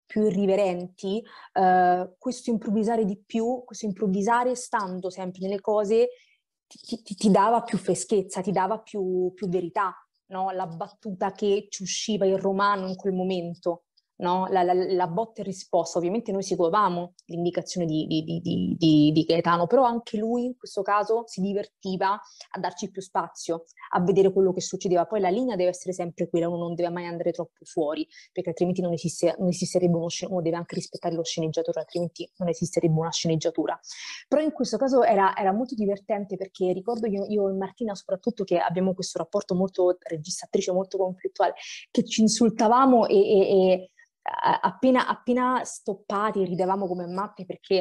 più irriverenti, eh, questo improvvisare di più, questo improvvisare stando sempre nelle cose ti, ti, ti dava più freschezza, ti dava più, più verità, no? La battuta che ci usciva in romano in quel momento, no? La, la, la botta e risposta. Ovviamente noi seguivamo l'indicazione di, di, di, di, di, di Gaetano, però anche lui in questo caso si divertiva a darci più spazio, a vedere quello che succedeva. Poi la linea deve essere sempre quella, uno non deve mai andare troppo fuori, perché altrimenti non, esiste, non esisterebbe uno sceneggiatore, uno deve anche rispettare lo sceneggiatore, altrimenti non esisterebbe una sceneggiatura. Però in questo caso era, era molto divertente, perché ricordo io, io e Martina soprattutto che abbiamo questo rapporto molto regista-attrice, molto conflittuale, che ci insultavamo e, e, e appena, appena stoppati ridevamo come matte, perché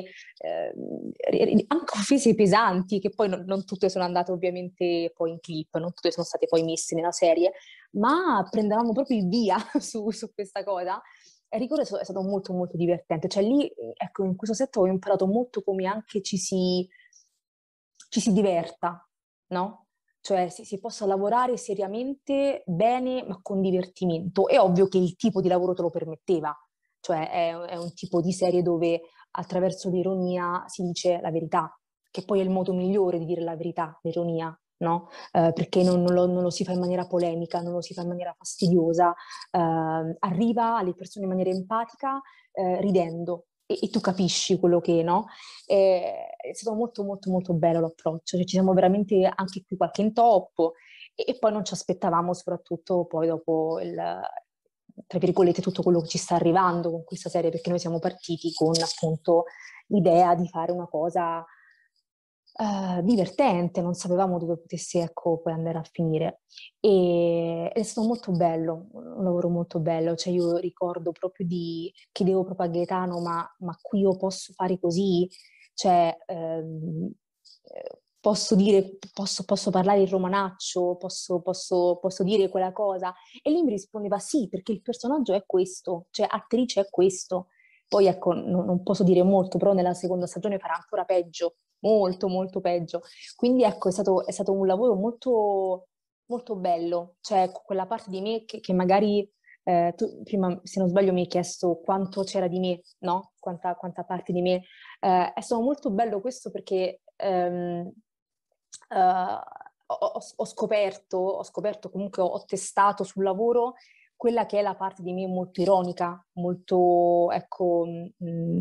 eh, anche offese pesanti, che poi non, non tutte sono andate ovviamente poi in clip, non tutte sono state poi messe nella serie, ma prendevamo proprio il via su, su questa cosa. E ricordo è stato molto molto divertente, cioè lì, ecco, in questo set ho imparato molto come anche ci si, ci si diverta, no? Cioè si, si possa lavorare seriamente, bene, ma con divertimento. È ovvio che il tipo di lavoro te lo permetteva, cioè è, è un tipo di serie dove attraverso l'ironia si dice la verità, che poi è il modo migliore di dire la verità, l'ironia, no? Eh, perché non, non, lo, non lo si fa in maniera polemica, non lo si fa in maniera fastidiosa, eh, arriva alle persone in maniera empatica, eh, ridendo, e, e tu capisci quello che, no? E, è stato molto molto molto bello l'approccio, cioè, ci siamo veramente anche qui qualche intoppo, e, e poi non ci aspettavamo, soprattutto poi dopo il, tra virgolette, tutto quello che ci sta arrivando con questa serie, perché noi siamo partiti con appunto l'idea di fare una cosa Uh, divertente, non sapevamo dove potesse, ecco, poi andare a finire. E è stato molto bello, un lavoro molto bello. Cioè io ricordo proprio di chiedevo proprio a Gaetano, ma, ma qui io posso fare così? Cioè ehm, posso dire, posso, posso parlare il romanaccio, posso, posso, posso dire quella cosa? E lui mi rispondeva sì, perché il personaggio è questo, cioè attrice è questo. Poi ecco, non, non posso dire molto, però nella seconda stagione farà ancora peggio, molto molto peggio. Quindi ecco, è stato, è stato un lavoro molto, molto bello, cioè quella parte di me che, che magari eh, tu prima, se non sbaglio, mi hai chiesto quanto c'era di me, no? Quanta, quanta parte di me. Eh, è stato molto bello questo, perché ehm, eh, ho, ho scoperto, ho scoperto, comunque ho testato sul lavoro quella che è la parte di me molto ironica, molto, ecco, mh,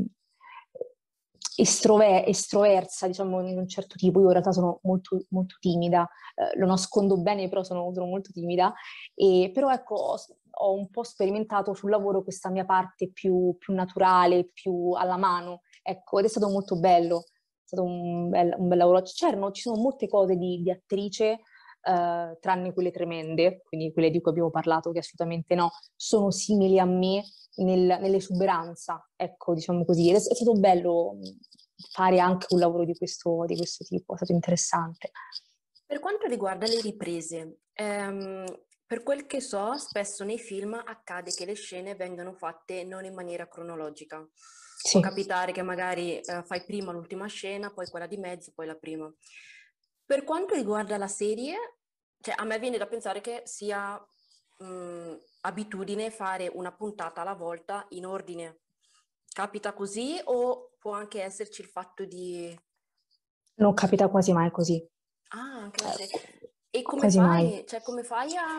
estrover- estroversa, diciamo, in un certo tipo. Io in realtà sono molto, molto timida, eh, lo nascondo bene, però sono, sono molto timida. E, però ecco, ho, ho un po' sperimentato sul lavoro questa mia parte più, più naturale, più alla mano, ecco, ed è stato molto bello, è stato un bel, un bel lavoro. C'erano, ci sono molte cose di, di attrice, Uh, tranne quelle tremende, quindi quelle di cui abbiamo parlato, che assolutamente no, sono simili a me nel, nell'esuberanza, ecco, diciamo così. Ed è, è stato bello fare anche un lavoro di questo, di questo tipo, è stato interessante. Per quanto riguarda le riprese, ehm, per quel che so, spesso nei film accade che le scene vengano fatte non in maniera cronologica. Sì. Può capitare che magari eh, fai prima l'ultima scena, poi quella di mezzo, poi la prima. Per quanto riguarda la serie, cioè a me viene da pensare che sia mh, abitudine fare una puntata alla volta in ordine. Capita così o può anche esserci il fatto di... Non capita quasi mai così. Ah, anche la serie. E come Quasi mai. fai? Cioè, come fai a...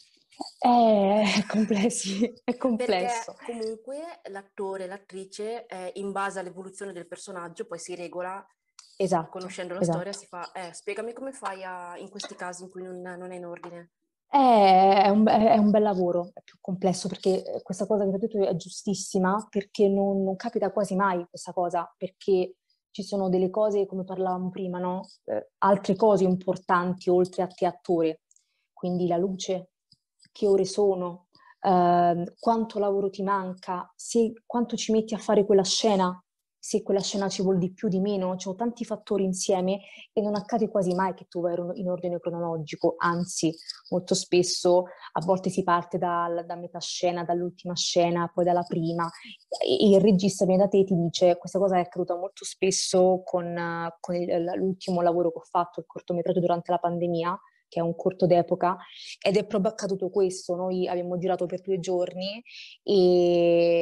È, è complessi, è complesso. Perché comunque l'attore, l'attrice, eh, in base all'evoluzione del personaggio, poi si regola, Esatto, conoscendo la storia, esatto. si fa... Eh, spiegami come fai a, in questi casi in cui non, non è in ordine. È, è un, è un bel lavoro, è più complesso, perché questa cosa che hai detto è giustissima, perché non, non capita quasi mai questa cosa, perché ci sono delle cose, come parlavamo prima, no? Eh, altre cose importanti oltre a te attore, quindi la luce, che ore sono, eh, quanto lavoro ti manca, se, quanto ci metti a fare quella scena, se quella scena ci vuol di più, di meno, ci sono tanti fattori insieme e non accade quasi mai che tu vai in ordine cronologico, anzi molto spesso a volte si parte da, da metà scena, dall'ultima scena, poi dalla prima, e il regista viene da te e ti dice: questa cosa è accaduta molto spesso con, con il, l'ultimo lavoro che ho fatto, il cortometraggio durante la pandemia, che è un corto d'epoca, ed è proprio accaduto questo. Noi abbiamo girato per due giorni e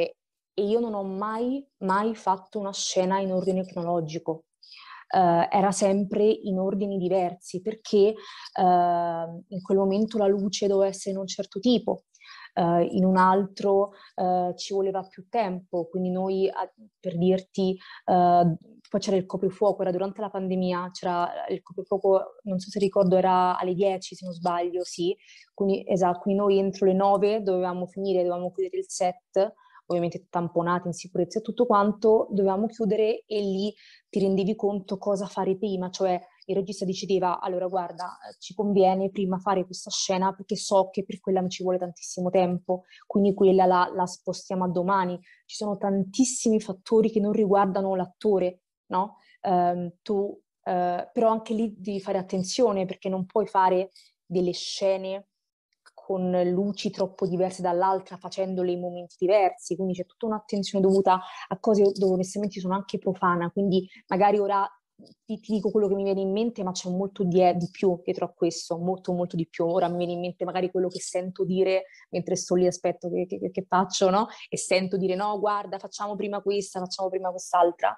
e io non ho mai, mai fatto una scena in ordine cronologico. Uh, era sempre in ordini diversi, perché uh, in quel momento la luce doveva essere in un certo tipo, uh, in un altro uh, ci voleva più tempo, quindi noi, a, per dirti, uh, poi c'era il coprifuoco, era durante la pandemia, c'era il coprifuoco, non so se ricordo, era alle dieci se non sbaglio, sì, quindi, esatto, quindi noi entro le nove dovevamo finire, dovevamo chiudere il set, ovviamente tamponati in sicurezza e tutto quanto, dovevamo chiudere e lì ti rendevi conto cosa fare prima, cioè il regista decideva, allora guarda, ci conviene prima fare questa scena perché so che per quella mi ci vuole tantissimo tempo, quindi quella la, la spostiamo a domani. Ci sono tantissimi fattori che non riguardano l'attore, no? Um, tu, uh, però anche lì devi fare attenzione perché non puoi fare delle scene con luci troppo diverse dall'altra, facendole in momenti diversi, quindi c'è tutta un'attenzione dovuta a cose dove onestamente sono anche profana, quindi magari ora ti, ti dico quello che mi viene in mente, ma c'è molto di, di più dietro a questo, molto molto di più. Ora mi viene in mente magari quello che sento dire mentre sto lì, aspetto che, che, che faccio, no? E sento dire no, guarda, facciamo prima questa, facciamo prima quest'altra.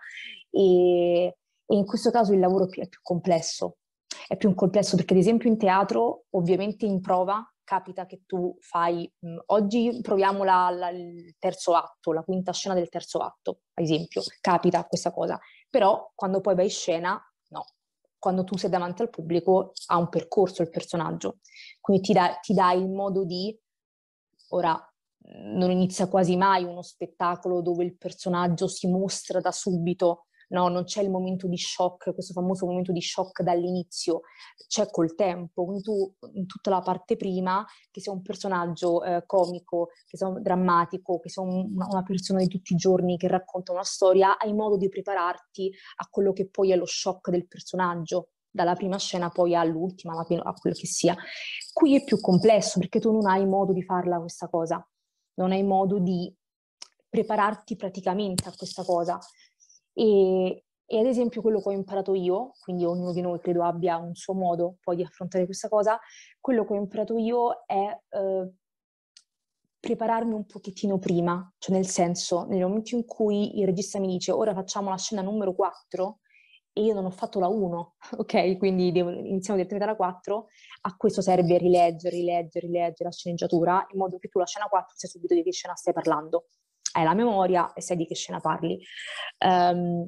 E, e in questo caso il lavoro è più, è più complesso. È più complesso perché ad esempio in teatro, ovviamente in prova, capita che tu fai, mh, oggi proviamo la, la, il terzo atto, la quinta scena del terzo atto, ad esempio, capita questa cosa, però quando poi vai in scena, no, quando tu sei davanti al pubblico ha un percorso il personaggio, quindi ti dà, ti dà il modo di, ora non inizia quasi mai uno spettacolo dove il personaggio si mostra da subito, no, non c'è il momento di shock, questo famoso momento di shock dall'inizio, c'è col tempo, quindi tu in tutta la parte prima, che sia un personaggio eh, comico, che sia un drammatico, che sia un, una persona di tutti i giorni che racconta una storia, hai modo di prepararti a quello che poi è lo shock del personaggio, dalla prima scena poi all'ultima, a quello che sia. Qui è più complesso perché tu non hai modo di farla questa cosa, non hai modo di prepararti praticamente a questa cosa. E, e ad esempio quello che ho imparato io, quindi ognuno di noi credo abbia un suo modo poi di affrontare questa cosa, quello che ho imparato io è eh, prepararmi un pochettino prima, cioè nel senso, nel momento in cui il regista mi dice ora facciamo la scena numero quattro e io non ho fatto la uno, ok? Quindi devo, iniziamo direttamente dalla quattro, a questo serve rileggere, rileggere, rileggere la sceneggiatura, in modo che tu la scena quattro sai subito di che scena stai parlando. Hai la memoria e sai di che scena parli. Um,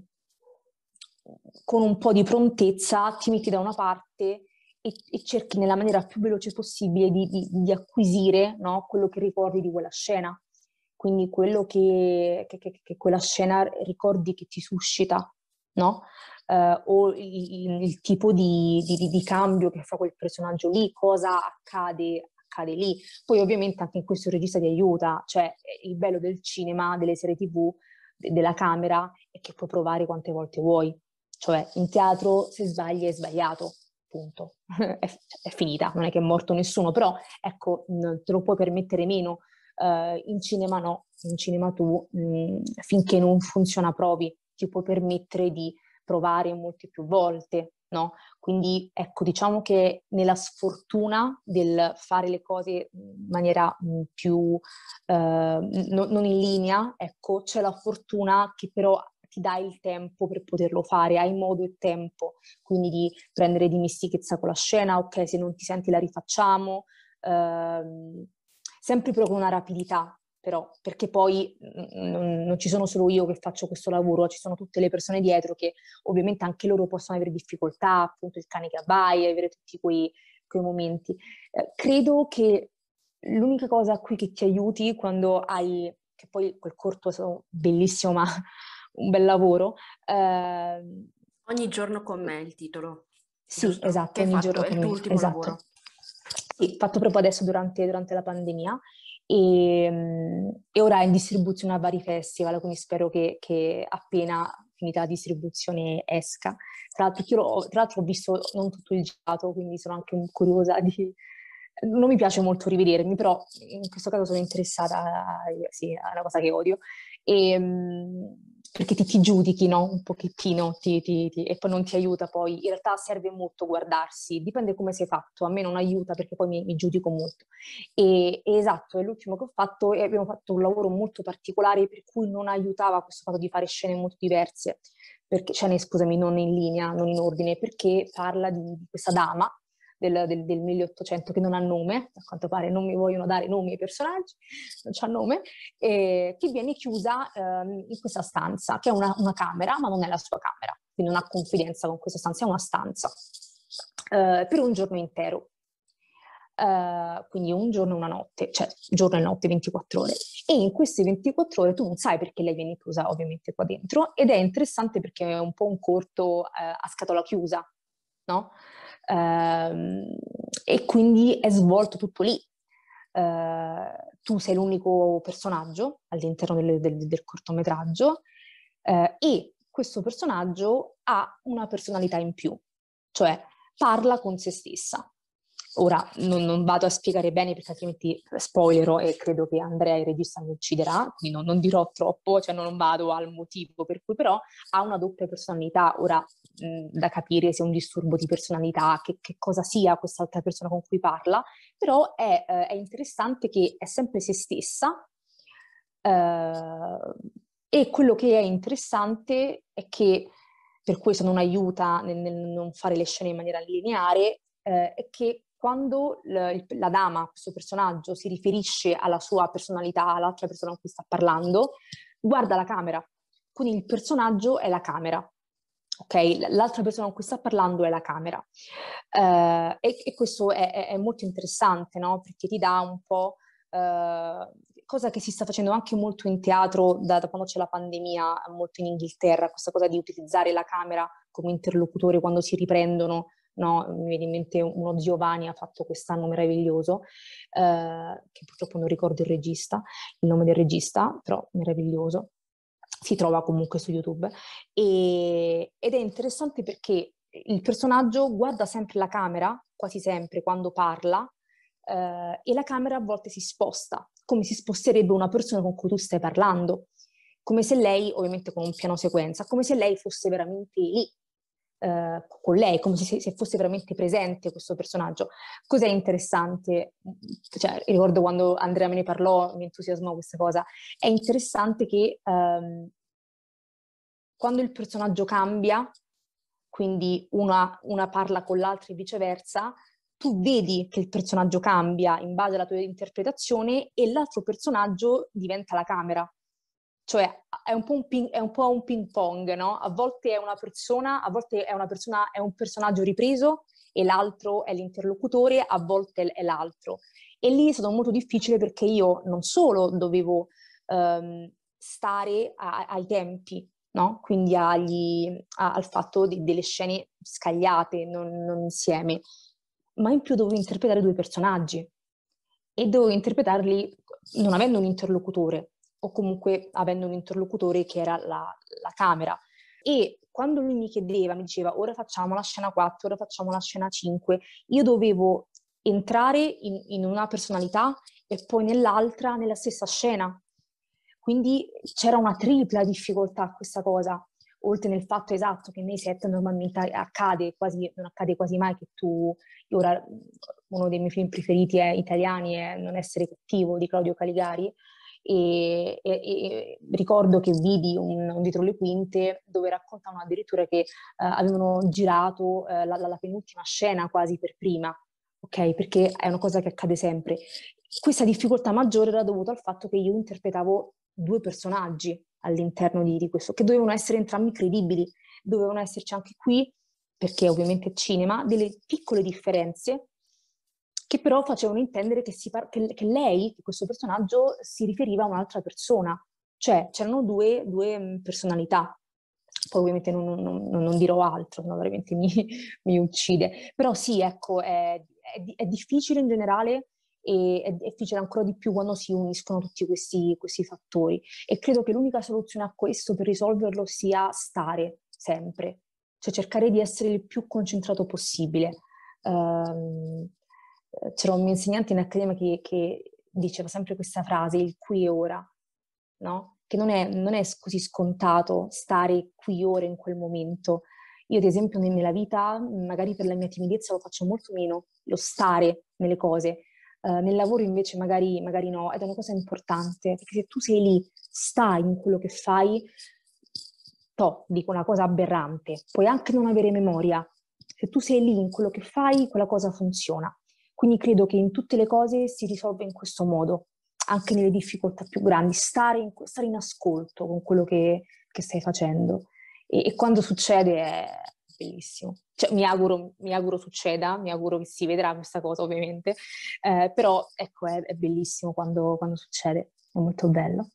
con un po' di prontezza ti metti da una parte e, e cerchi nella maniera più veloce possibile di, di, di acquisire, no, quello che ricordi di quella scena. Quindi quello che, che, che, che quella scena ricordi che ti suscita, no? Uh, o il, il tipo di, di, di cambio che fa quel personaggio lì, cosa accade, accade lì. Poi ovviamente anche in questo il regista ti aiuta, cioè il bello del cinema, delle serie tivù, de- della camera, è che puoi provare quante volte vuoi. Cioè in teatro se sbagli è sbagliato, punto. è, è finita, non è che è morto nessuno, però ecco, te lo puoi permettere meno. Uh, in cinema no, in cinema tu mh, finché non funziona provi, ti puoi permettere di provare molte più volte, no? Quindi ecco, diciamo che nella sfortuna del fare le cose in maniera mh, più eh, no, non in linea, ecco, c'è la fortuna che però ti dai il tempo per poterlo fare, hai modo e tempo, quindi di prendere dimestichezza con la scena, ok, se non ti senti la rifacciamo, ehm, sempre però con una rapidità, però, perché poi non, non ci sono solo io che faccio questo lavoro, ci sono tutte le persone dietro che ovviamente anche loro possono avere difficoltà, appunto il cane che abbaia, avere tutti quei, quei momenti. Eh, credo che l'unica cosa qui che ti aiuti quando hai, che poi quel corto è bellissimo, ma un bel lavoro. Eh, Ogni giorno con me è il titolo, sì, giusto? esatto, Che hai ogni fatto? giorno È il con tuo me, ultimo lavoro. esatto. Sì, fatto proprio adesso durante, durante la pandemia e, e ora è in distribuzione a vari festival, quindi spero che, che appena finita la distribuzione esca. Tra l'altro, io l'ho, tra l'altro ho visto non tutto il girato, quindi sono anche curiosa di... Non mi piace molto rivedermi, però in questo caso sono interessata, sì, è una cosa che odio. E, perché ti, ti giudichi, no? Un pochettino, ti, ti, ti, e poi non ti aiuta poi. In realtà serve molto guardarsi, dipende come sei fatto, a me non aiuta perché poi mi, mi giudico molto. E, e esatto, è l'ultimo che ho fatto e abbiamo fatto un lavoro molto particolare per cui non aiutava questo fatto di fare scene molto diverse, perché, cioè, scusami, non in linea, non in ordine, perché parla di, di questa dama del, del, del milleottocento che non ha nome, a quanto pare non mi vogliono dare nomi ai personaggi, non c'ha nome, e che viene chiusa ehm, in questa stanza, che è una, una camera, ma non è la sua camera, quindi non ha confidenza con questa stanza, è una stanza, eh, per un giorno intero. Uh, quindi un giorno e una notte, cioè giorno e notte, ventiquattro ore. E in queste ventiquattro ore tu non sai perché lei viene chiusa ovviamente qua dentro, ed è interessante perché è un po' un corto uh, a scatola chiusa, no? Uh, e quindi è svolto tutto lì. Uh, tu sei l'unico personaggio all'interno del, del, del cortometraggio uh, e questo personaggio ha una personalità in più, cioè parla con se stessa. Ora non, non vado a spiegare bene perché altrimenti spoilerò e credo che Andrea, il regista, mi ucciderà, quindi non, non dirò troppo, cioè non vado al motivo per cui, però ha una doppia personalità. Ora mh, da capire se è un disturbo di personalità, che, che cosa sia quest'altra persona con cui parla, però è, eh, è interessante che è sempre se stessa, eh, e quello che è interessante è che, per questo non aiuta nel, nel non fare le scene in maniera lineare, eh, è che quando la, la dama, questo personaggio, si riferisce alla sua personalità, all'altra persona con cui sta parlando, guarda la camera. Quindi il personaggio è la camera, ok? L'altra persona con cui sta parlando è la camera. Uh, e, e questo è, è, è molto interessante, no? Perché ti dà un po'... Uh, cosa che si sta facendo anche molto in teatro da, da quando c'è la pandemia, molto in Inghilterra, questa cosa di utilizzare la camera come interlocutore quando si riprendono. No, mi viene in mente uno Giovanni ha fatto quest'anno meraviglioso, eh, che purtroppo non ricordo il regista, il nome del regista, però meraviglioso, si trova comunque su YouTube, e, ed è interessante perché il personaggio guarda sempre la camera, quasi sempre quando parla, eh, e la camera a volte si sposta, come si sposterebbe una persona con cui tu stai parlando, come se lei, ovviamente con un piano sequenza, come se lei fosse veramente lì, Uh, con lei, come se, se fosse veramente presente questo personaggio. Cos'è interessante? Cioè, ricordo quando Andrea me ne parlò, mi entusiasmò questa cosa. È interessante che um, quando il personaggio cambia, quindi una, una parla con l'altra e viceversa, tu vedi che il personaggio cambia in base alla tua interpretazione e l'altro personaggio diventa la camera. Cioè è un po' un ping, è un po' un ping pong, no? A volte è una persona, a volte è una persona, è un personaggio ripreso e l'altro è l'interlocutore, a volte è l'altro. E lì è stato molto difficile perché io non solo dovevo um, stare a, ai tempi, no? Quindi agli, a, al fatto di, delle scene scagliate, non, non insieme, ma in più dovevo interpretare due personaggi e dovevo interpretarli non avendo un interlocutore, o comunque avendo un interlocutore che era la, la camera. E quando lui mi chiedeva, mi diceva ora facciamo la scena quattro, ora facciamo la scena cinque, io dovevo entrare in, in una personalità e poi nell'altra, nella stessa scena. Quindi c'era una tripla difficoltà a questa cosa, oltre nel fatto esatto che nei set normalmente accade, quasi, non accade quasi mai che tu, ora uno dei miei film preferiti è Italiani, è Non essere cattivo di Claudio Caligari, e, e, e ricordo che vidi un, un dietro le quinte dove raccontano addirittura che uh, avevano girato uh, la, la penultima scena quasi per prima, ok? Perché è una cosa che accade sempre. Questa difficoltà maggiore era dovuta al fatto che io interpretavo due personaggi all'interno di, di questo, che dovevano essere entrambi credibili, dovevano esserci anche qui, perché ovviamente è cinema, delle piccole differenze che però facevano intendere che, si par- che, che lei, che questo personaggio, si riferiva a un'altra persona. Cioè c'erano due, due personalità. Poi ovviamente non, non, non dirò altro, no, veramente mi, mi uccide. Però sì, ecco, è, è, è difficile in generale e è difficile ancora di più quando si uniscono tutti questi, questi fattori. E credo che l'unica soluzione a questo per risolverlo sia stare sempre, cioè cercare di essere il più concentrato possibile. Um, c'era un mio insegnante in accademia che, che diceva sempre questa frase, il qui e ora, no? che non è, non è così scontato stare qui ora in quel momento. Io ad esempio nella vita, magari per la mia timidezza lo faccio molto meno, lo stare nelle cose. Uh, nel lavoro invece magari, magari no, ed è una cosa importante, perché se tu sei lì, stai in quello che fai, to, dico una cosa aberrante, puoi anche non avere memoria, se tu sei lì in quello che fai, quella cosa funziona. Quindi credo che in tutte le cose si risolve in questo modo, anche nelle difficoltà più grandi, stare in, stare in ascolto con quello che, che stai facendo. E, e quando succede è bellissimo. Cioè, mi auguro, mi auguro succeda, mi auguro che si vedrà questa cosa ovviamente, eh, però ecco, è, è bellissimo quando, quando succede, è molto bello.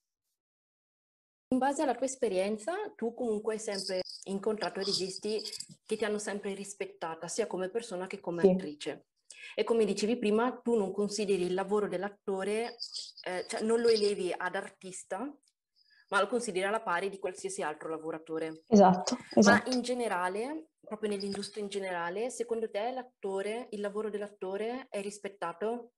In base alla tua esperienza, tu comunque hai sempre incontrato registi che ti hanno sempre rispettata, sia come persona che come Sì. attrice. E come dicevi prima, tu non consideri il lavoro dell'attore, eh, cioè non lo elevi ad artista, ma lo consideri alla pari di qualsiasi altro lavoratore. Esatto, esatto. Ma in generale, proprio nell'industria in generale, secondo te l'attore, il lavoro dell'attore è rispettato?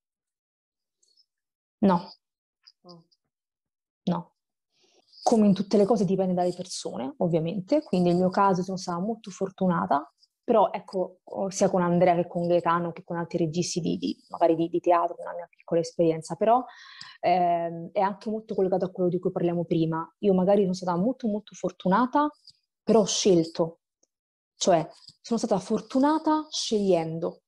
No. Oh. No. Come in tutte le cose dipende dalle persone, ovviamente, quindi nel mio caso sono stata molto fortunata, però ecco, sia con Andrea che con Gaetano che con altri registi di, di magari di, di teatro, una mia piccola esperienza, però ehm, è anche molto collegato a quello di cui parliamo prima. Io magari sono stata molto molto fortunata, però ho scelto, cioè sono stata fortunata scegliendo.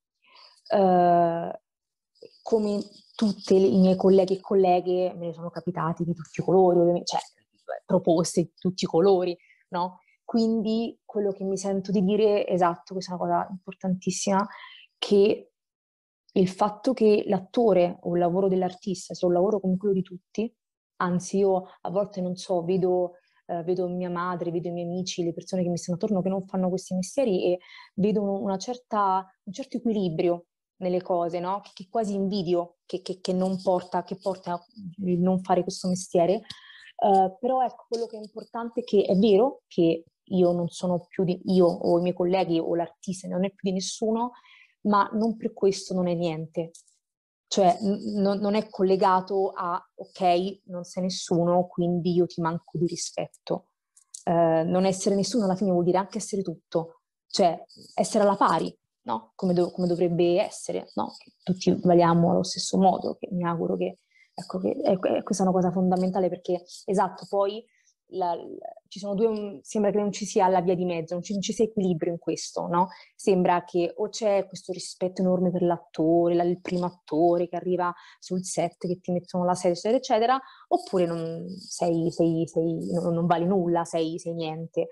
Eh, come tutti i miei colleghi e colleghe me ne sono capitati di tutti i colori, ovviamente, cioè proposte di tutti i colori, no? Quindi quello che mi sento di dire, esatto, questa è una cosa importantissima, che il fatto che l'attore o il lavoro dell'artista sia un lavoro come quello di tutti, anzi io a volte non so, vedo, eh, vedo mia madre, vedo i miei amici, le persone che mi stanno attorno che non fanno questi mestieri e vedo una certa, un certo equilibrio nelle cose, no? Che, che quasi invidio, che, che, che non porta, che porta a non fare questo mestiere. Uh, però ecco, quello che è importante è che è vero che io non sono più di, io o i miei colleghi o l'artista non è più di nessuno, ma non per questo non è niente. Cioè n- non è collegato a ok, non sei nessuno, quindi io ti manco di rispetto. Uh, non essere nessuno alla fine vuol dire anche essere tutto, cioè essere alla pari, no? Come, do- come dovrebbe essere, no? Che tutti valiamo allo stesso modo, che mi auguro che ecco, che è, è, questa è una cosa fondamentale perché, esatto, poi la, la, ci sono due, sembra che non ci sia la via di mezzo, non ci, non ci sia equilibrio in questo, no? Sembra che o c'è questo rispetto enorme per l'attore, la, il primo attore che arriva sul set, che ti mettono la sedia, eccetera, eccetera, oppure non, sei, sei, sei, non, non vali nulla, sei, sei niente.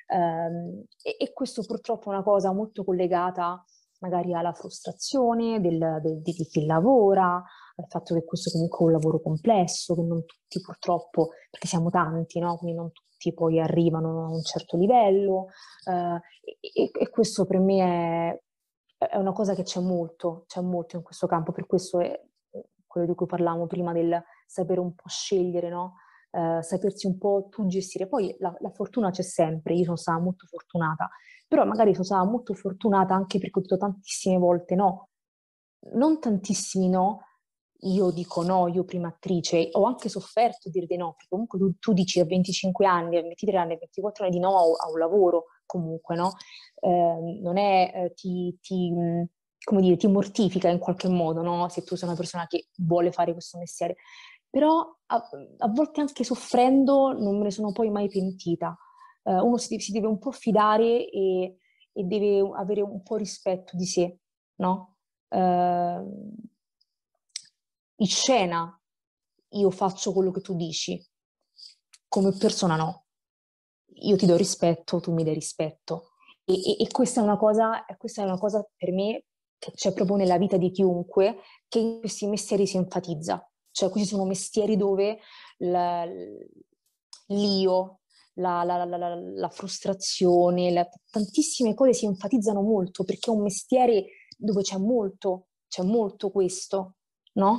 Um, e, e questo purtroppo è una cosa molto collegata magari alla frustrazione del, del, di chi lavora, al fatto che questo comunque è un lavoro complesso, che non tutti purtroppo, perché siamo tanti, no? Quindi non tutti poi arrivano a un certo livello, uh, e, e questo per me è, è una cosa che c'è molto, c'è molto in questo campo, per questo è quello di cui parlavamo prima del sapere un po' scegliere, no? Uh, sapersi un po' tu gestire. Poi la, la fortuna c'è sempre, io sono stata molto fortunata, però magari sono stata molto fortunata anche perché ho detto tantissime volte no, non tantissimi no, io dico no, io prima attrice, ho anche sofferto dire di no, perché comunque tu, tu dici a venticinque anni, a ventitré anni, a ventiquattro anni di no a, a un lavoro, comunque, no? Eh, non è, eh, ti, ti, come dire, ti mortifica in qualche modo, no? Se tu sei una persona che vuole fare questo mestiere. Però a, a volte anche soffrendo non me ne sono poi mai pentita. Uh, uno si, si deve un po' fidare e, e deve avere un po' rispetto di sé, no? Uh, in scena io faccio quello che tu dici, come persona no. Io ti do rispetto, tu mi dai rispetto. E, e, e questa è una cosa, questa è una cosa per me che c'è proprio nella vita di chiunque, che in questi mestieri si enfatizza. Cioè questi sono mestieri dove la, l'io, la, la, la, la, la frustrazione, la, tantissime cose si enfatizzano molto perché è un mestiere dove c'è molto, c'è molto questo, no?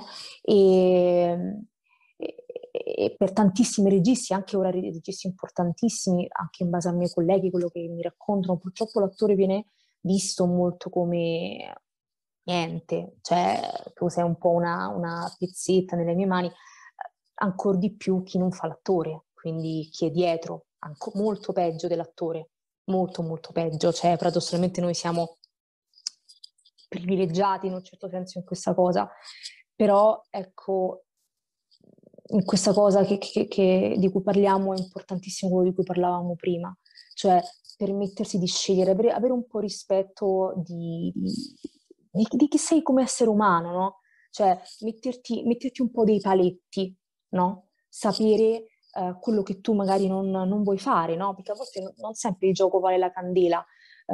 E, e, e per tantissimi registi, anche ora registi importantissimi, anche in base ai miei colleghi, quello che mi raccontano, purtroppo l'attore viene visto molto come niente, cioè tu sei un po' una, una pizzetta nelle mie mani. ancora di più chi non fa l'attore, quindi chi è dietro, anco, molto peggio dell'attore, molto molto peggio, cioè paradossalmente noi siamo privilegiati in un certo senso in questa cosa, però ecco, in questa cosa che, che, che, di cui parliamo è importantissimo quello di cui parlavamo prima, cioè permettersi di scegliere, avere, avere un po' rispetto di, di, di chi sei come essere umano, no? Cioè metterti, metterti un po' dei paletti, no? Sapere uh, quello che tu magari non, non vuoi fare, no? Perché a volte non, non sempre il gioco vale la candela.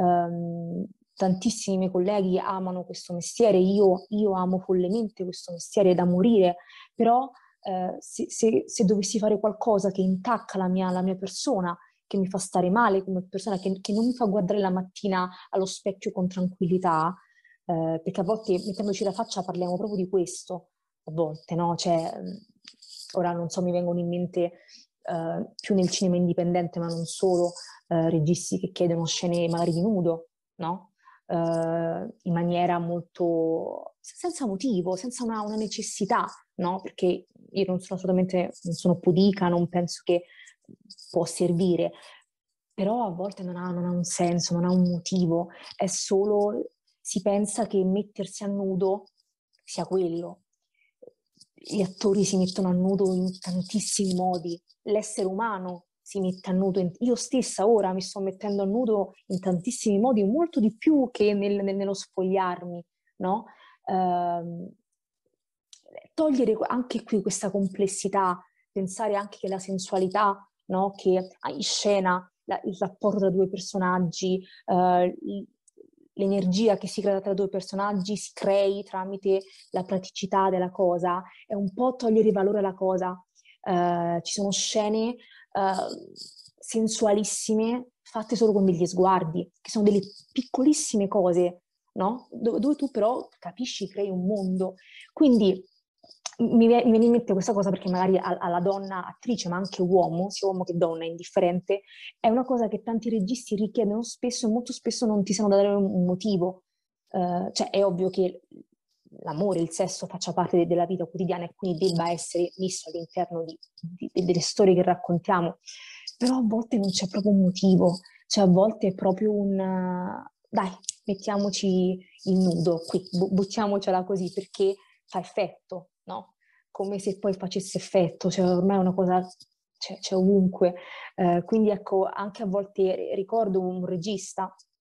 Um, tantissimi miei colleghi amano questo mestiere, io, io amo follemente questo mestiere da morire, però eh, se, se, se dovessi fare qualcosa che intacca la mia, la mia persona, che mi fa stare male come persona, che, che non mi fa guardare la mattina allo specchio con tranquillità, eh, perché a volte mettendoci la faccia parliamo proprio di questo, a volte, no? Cioè, ora non so, mi vengono in mente eh, più nel cinema indipendente, ma non solo, eh, registi che chiedono scene magari di nudo, no? Uh, in maniera molto senza motivo, senza una, una necessità, no? Perché io non sono assolutamente, non sono pudica, non penso che può servire, però a volte non ha, non ha un senso, non ha un motivo, è solo, si pensa che mettersi a nudo sia quello. Gli attori si mettono a nudo in tantissimi modi, l'essere umano si mette a nudo. Io stessa ora mi sto mettendo a nudo in tantissimi modi, molto di più che nel, nel, nello spogliarmi, no? Eh, togliere anche qui questa complessità, pensare anche che la sensualità, no? Che in scena la, il rapporto tra due personaggi, eh, l'energia che si crea tra due personaggi si crei tramite la praticità della cosa, è un po' togliere valore alla cosa. Eh, ci sono scene Uh, sensualissime fatte solo con degli sguardi, che sono delle piccolissime cose, no? Dove, dove tu però capisci, crei un mondo. Quindi mi, mi viene in mente questa cosa perché magari alla donna attrice, ma anche uomo, sia uomo che donna, indifferente, è una cosa che tanti registi richiedono spesso e molto spesso non ti sanno dare un motivo. Uh, cioè è ovvio che l'amore, il sesso faccia parte della vita quotidiana e quindi debba essere messo all'interno di, di, delle storie che raccontiamo, però a volte non c'è proprio un motivo, cioè a volte è proprio un dai, mettiamoci il nudo qui, buttiamocela così perché fa effetto, no? Come se poi facesse effetto, cioè ormai è una cosa, c'è, c'è ovunque, eh, quindi ecco, anche a volte ricordo un regista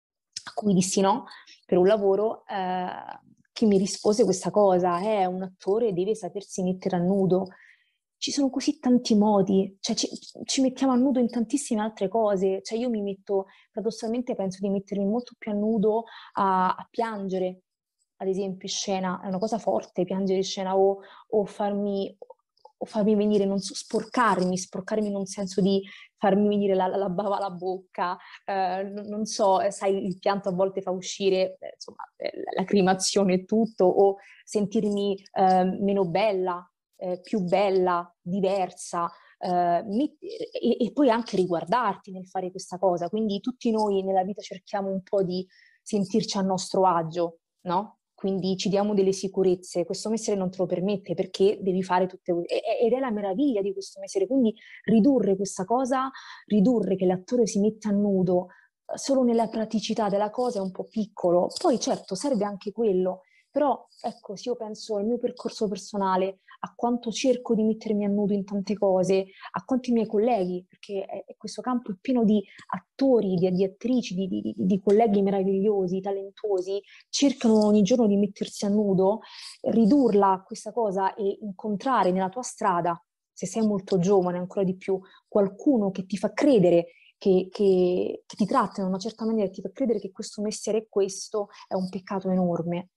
a cui dissi no per un lavoro, eh, che mi rispose questa cosa, eh, un attore deve sapersi mettere a nudo. Ci sono così tanti modi, cioè ci, ci mettiamo a nudo in tantissime altre cose, cioè io mi metto, paradossalmente penso di mettermi molto più a nudo a, a piangere, ad esempio in scena, è una cosa forte piangere in scena o, o farmi... o farmi venire, non so, sporcarmi, sporcarmi in un senso di farmi venire la, la bava alla bocca, eh, non so, sai, il pianto a volte fa uscire, eh, insomma, eh, la lacrimazione e tutto, o sentirmi eh, meno bella, eh, più bella, diversa, eh, mi, e, e poi anche riguardarti nel fare questa cosa. Quindi tutti noi nella vita cerchiamo un po' di sentirci a nostro agio, no? Quindi ci diamo delle sicurezze, questo mestiere non te lo permette perché devi fare tutte ed è la meraviglia di questo mestiere, quindi ridurre questa cosa, ridurre che l'attore si metta a nudo solo nella praticità della cosa è un po' piccolo, poi certo serve anche quello, però ecco, se io penso al mio percorso personale, a quanto cerco di mettermi a nudo in tante cose, a quanti miei colleghi, perché è, è questo campo è pieno di attori, di, di attrici, di, di, di colleghi meravigliosi, talentuosi, cercano ogni giorno di mettersi a nudo, ridurla questa cosa e incontrare nella tua strada, se sei molto giovane ancora di più, qualcuno che ti fa credere Che, che, che ti tratta in una certa maniera, ti fa credere che questo mestiere è questo, è un peccato enorme.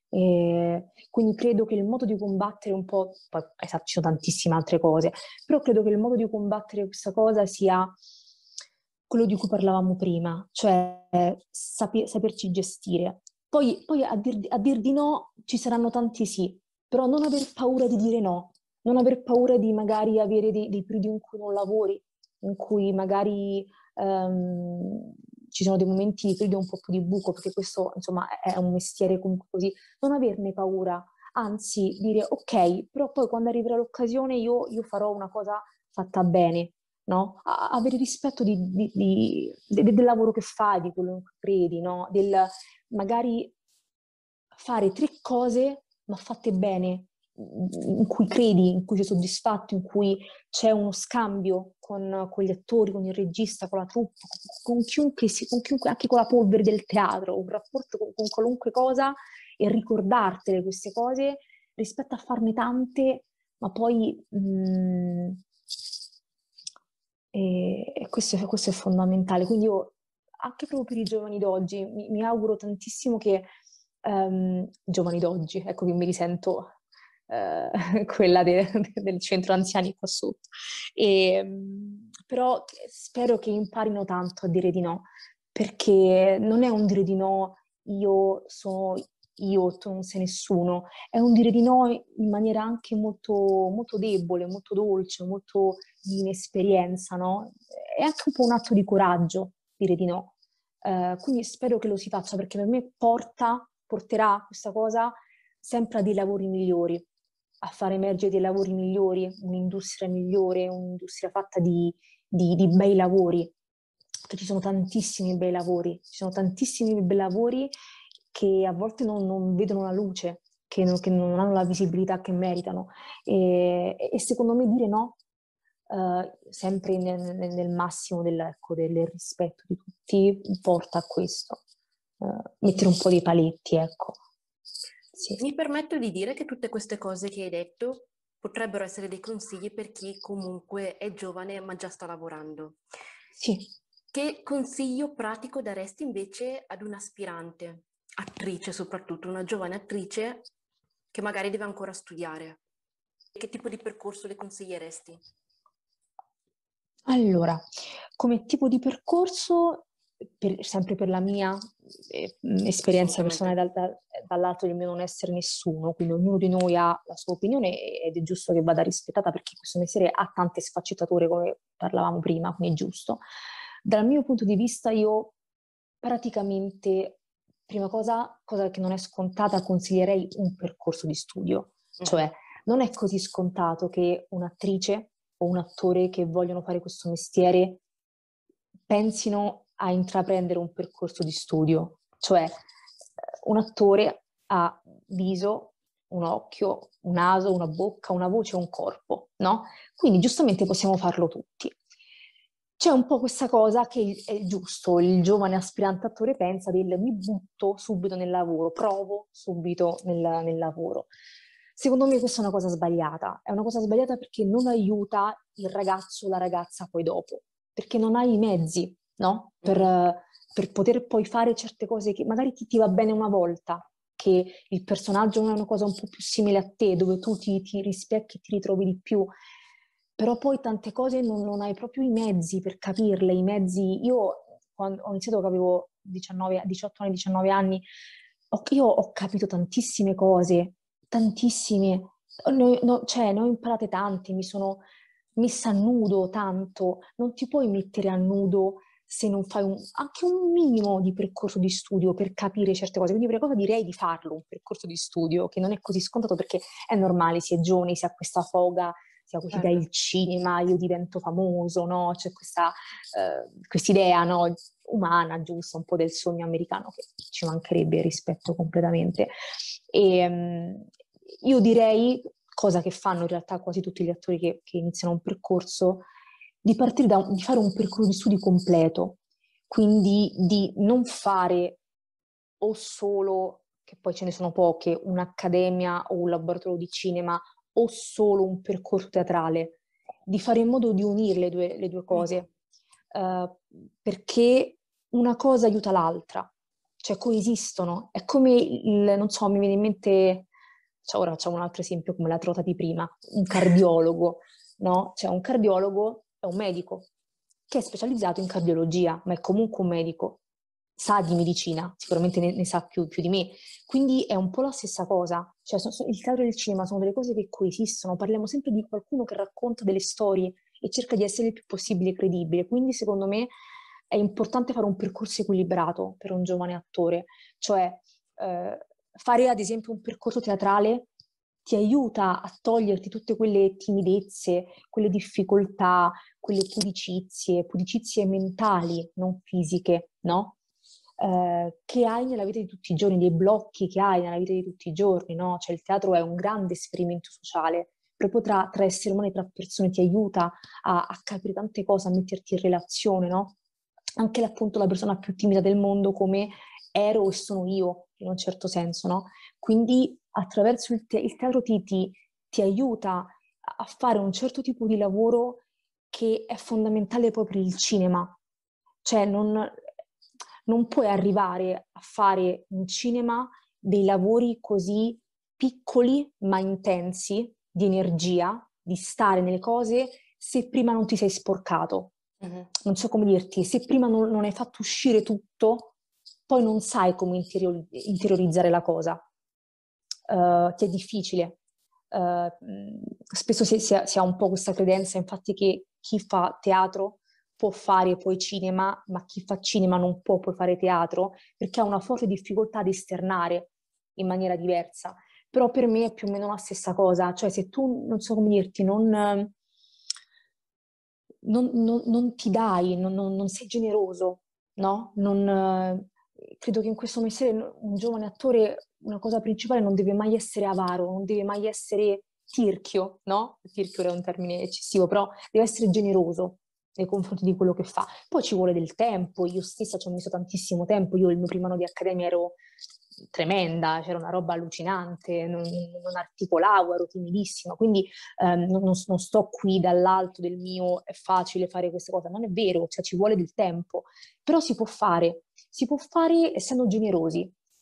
E quindi credo che il modo di combattere un po', poi esatto, ci sono tantissime altre cose, però credo che il modo di combattere questa cosa sia quello di cui parlavamo prima, cioè saper, saperci gestire. Poi, poi a, dir, a dir di no ci saranno tanti sì, però non aver paura di dire no, non aver paura di magari avere dei, dei periodi in cui non lavori, in cui magari um, ci sono dei momenti di periodo un po' più di buco, perché questo insomma è un mestiere comunque così, non averne paura, anzi dire ok, però poi quando arriverà l'occasione io, io farò una cosa fatta bene, no? A- avere rispetto di, di- di- de- del lavoro che fai, di quello che credi, no? Del magari fare tre cose ma fatte bene, in cui credi, in cui sei soddisfatto, in cui c'è uno scambio con, con gli attori, con il regista, con la troupe, con, con chiunque, si- con chiunque, anche con la polvere del teatro, un rapporto con, con qualunque cosa e ricordartele queste cose rispetto a farne tante, ma poi mh, e, e questo, è, questo è fondamentale. Quindi io, anche proprio per i giovani d'oggi, mi, mi auguro tantissimo che ehm, giovani d'oggi, ecco che mi risento eh, quella de- del centro anziani qua sotto. E, mh, però spero che imparino tanto a dire di no, perché non è un dire di no, io sono io, tu non sei nessuno, è un dire di no in maniera anche molto, molto debole, molto dolce, molto di inesperienza, no? È anche un po' un atto di coraggio dire di no. Eh, quindi spero che lo si faccia perché per me porta, porterà questa cosa sempre a dei lavori migliori, a far emergere dei lavori migliori, un'industria migliore, un'industria fatta di, di, di bei lavori. Perché ci sono tantissimi bei lavori, ci sono tantissimi bei lavori che a volte non, non vedono la luce, che non, che non hanno la visibilità che meritano. E, e secondo me dire no, eh, sempre nel, nel- nel massimo del, ecco, del rispetto di tutti, porta a questo. Eh, mettere un po' dei paletti, ecco. Sì. Mi permetto di dire che tutte queste cose che hai detto potrebbero essere dei consigli per chi comunque è giovane ma già sta lavorando. Sì. Che consiglio pratico daresti invece ad un'aspirante, attrice soprattutto, una giovane attrice che magari deve ancora studiare? Che tipo di percorso le consiglieresti? Allora, come tipo di percorso, per- sempre per la mia eh, mh, esperienza personale Assolutamente. dal- da- dall'alto del mio non essere nessuno, quindi ognuno di noi ha la sua opinione ed è giusto che vada rispettata perché questo mestiere ha tante sfaccettature come parlavamo prima, quindi è giusto. Dal mio punto di vista io praticamente, prima cosa, cosa che non è scontata, consiglierei un percorso di studio, Mhm. cioè non è così scontato che un'attrice o un attore che vogliono fare questo mestiere pensino a intraprendere un percorso di studio, cioè eh, un attore ha viso, un occhio, un naso, una bocca, una voce, un corpo, no? Quindi giustamente possiamo farlo tutti. C'è un po' questa cosa che è giusto, il giovane aspirante attore pensa del mi butto subito nel lavoro, provo subito nel, nel lavoro. Secondo me questa è una cosa sbagliata, è una cosa sbagliata perché non aiuta il ragazzo o la ragazza poi dopo, perché non hai i mezzi, no? Per, Mhm. eh, per poter poi fare certe cose che magari ti, ti va bene una volta, che il personaggio non è una cosa un po' più simile a te, dove tu ti, ti rispecchi e ti ritrovi di più, però poi tante cose non, non hai proprio i mezzi per capirle, i mezzi. Io quando ho iniziato che avevo diciannove, diciotto anni, diciannove anni, ho, io ho capito tantissime cose, tantissime, ne, no, cioè ne ho imparate tante, mi sono messa a nudo tanto, non ti puoi mettere a nudo se non fai un- anche un minimo di percorso di studio per capire certe cose. Quindi, prima cosa direi di farlo, un percorso di studio, che non è così scontato perché è normale, si è giovani, si ha questa foga, si ha quest'idea Certo. il cinema, io divento famoso, no? C'è questa eh, idea, no? Umana, giusta, un po' del sogno americano che ci mancherebbe rispetto completamente. E, um, io direi, cosa che fanno in realtà quasi tutti gli attori che, che iniziano un percorso, di partire da, di fare un percorso di studi completo, quindi di non fare o solo, che poi ce ne sono poche, un'accademia o un laboratorio di cinema o solo un percorso teatrale, di fare in modo di unire le due, le due cose, eh, perché una cosa aiuta l'altra, cioè coesistono. È come il, non so, mi viene in mente, cioè ora facciamo un altro esempio come la trota di prima, un cardiologo, no? Cioè un cardiologo è un medico che è specializzato in cardiologia, ma è comunque un medico, sa di medicina, sicuramente ne, ne sa più, più di me, quindi è un po' la stessa cosa, cioè so- so- il teatro e il cinema sono delle cose che coesistono, parliamo sempre di qualcuno che racconta delle storie e cerca di essere il più possibile credibile, quindi secondo me è importante fare un percorso equilibrato per un giovane attore, cioè eh, fare ad esempio un percorso teatrale ti aiuta a toglierti tutte quelle timidezze, quelle difficoltà, quelle pudicizie, pudicizie mentali, non fisiche, no? Eh, che hai nella vita di tutti i giorni, dei blocchi che hai nella vita di tutti i giorni, no? Cioè il teatro è un grande esperimento sociale, proprio tra, tra esseri umani, tra persone, ti aiuta a, a capire tante cose, a metterti in relazione, no? Anche appunto la persona più timida del mondo come ero e sono io, in un certo senso, no? Quindi attraverso il, te- il teatro ti, ti, ti aiuta a fare un certo tipo di lavoro che è fondamentale poi per il cinema. Cioè non, non puoi arrivare a fare in cinema dei lavori così piccoli ma intensi di energia, di stare nelle cose, se prima non ti sei sporcato. Mm-hmm. Non so come dirti, se prima non, non hai fatto uscire tutto, poi non sai come interior- interiorizzare la cosa. Uh, ti è difficile. Uh, spesso si, si, ha, si ha un po' questa credenza, infatti, che chi fa teatro può fare poi cinema, ma chi fa cinema non può poi fare teatro, perché ha una forte difficoltà ad esternare in maniera diversa. Però per me è più o meno la stessa cosa, cioè se tu, non so come dirti, non, non, non, non ti dai, non, non, non sei generoso, no? Non, credo che in questo mestiere un giovane attore, una cosa principale, non deve mai essere avaro, non deve mai essere tirchio, no? Tirchio è un termine eccessivo, però deve essere generoso nei confronti di quello che fa. Poi ci vuole del tempo, io stessa ci ho messo tantissimo tempo, io il mio primo anno di accademia ero tremenda, c'era una roba allucinante, non, non articolavo, ero timidissima, quindi ehm, non, non sto qui dall'alto del mio è facile fare questa cosa, non è vero, cioè ci vuole del tempo, però si può fare, si può fare essendo generosi,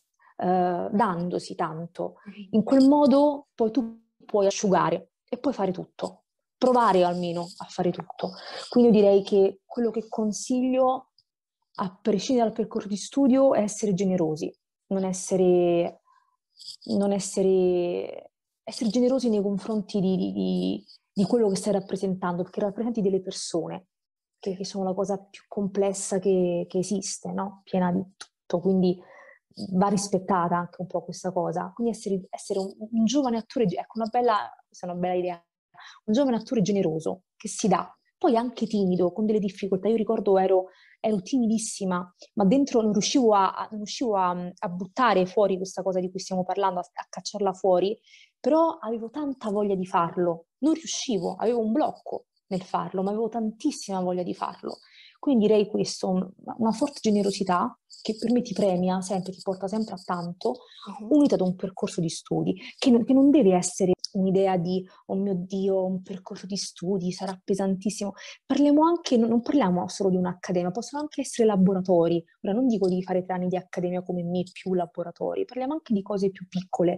eh, dandosi tanto, in quel modo poi tu puoi asciugare e puoi fare tutto, provare almeno a fare tutto. Quindi io direi che quello che consiglio, a prescindere dal percorso di studio, è essere generosi, non essere, non essere, essere generosi nei confronti di, di, di quello che stai rappresentando, perché rappresenti delle persone, che, che sono la cosa più complessa che, che esiste, no? Piena di tutto, quindi va rispettata anche un po' questa cosa. Quindi essere, essere un, un giovane attore, ecco, una bella, questa è una bella idea, un giovane attore generoso, che si dà, poi anche timido, con delle difficoltà. Io ricordo ero, ero timidissima, ma dentro non riuscivo, a, non riuscivo a, a buttare fuori questa cosa di cui stiamo parlando, a, a cacciarla fuori, però avevo tanta voglia di farlo, non riuscivo, avevo un blocco nel farlo, ma avevo tantissima voglia di farlo. Quindi direi questo, una forte generosità che per me ti premia sempre, ti porta sempre a tanto, uh-huh. unita ad un percorso di studi, che non, che non deve essere un'idea di, oh mio Dio, un percorso di studi sarà pesantissimo. Parliamo anche, non parliamo solo di un'accademia, possono anche essere laboratori. Ora non dico di fare tre anni di accademia come me più laboratori, parliamo anche di cose più piccole.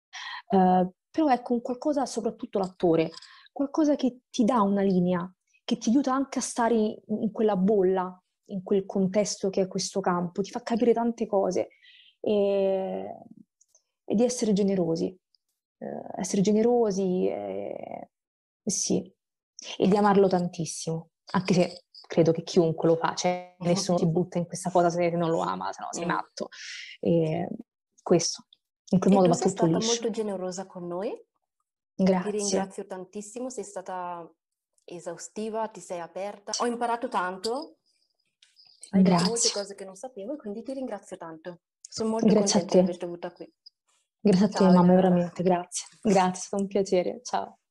Uh, però ecco, un qualcosa, soprattutto l'attore, qualcosa che ti dà una linea, che ti aiuta anche a stare in, in quella bolla, in quel contesto che è questo campo, ti fa capire tante cose e, e di essere generosi, eh, essere generosi e, e sì, e di amarlo tantissimo, anche se credo che chiunque lo fa, cioè nessuno si butta in questa cosa se non lo ama, se no sei matto. E questo, in quel e modo tu va sei tutto stata liscio. molto generosa con noi. Grazie. Ti ringrazio tantissimo, sei stata esaustiva, ti sei aperta. Ho imparato tanto, hai Grazie. detto molte cose che non sapevo e quindi ti ringrazio tanto. Sono molto grazie contenta di averti avuta qui. Grazie Ciao, a te, mamma, Eleonora. veramente, grazie. Grazie, è stato un piacere. Ciao.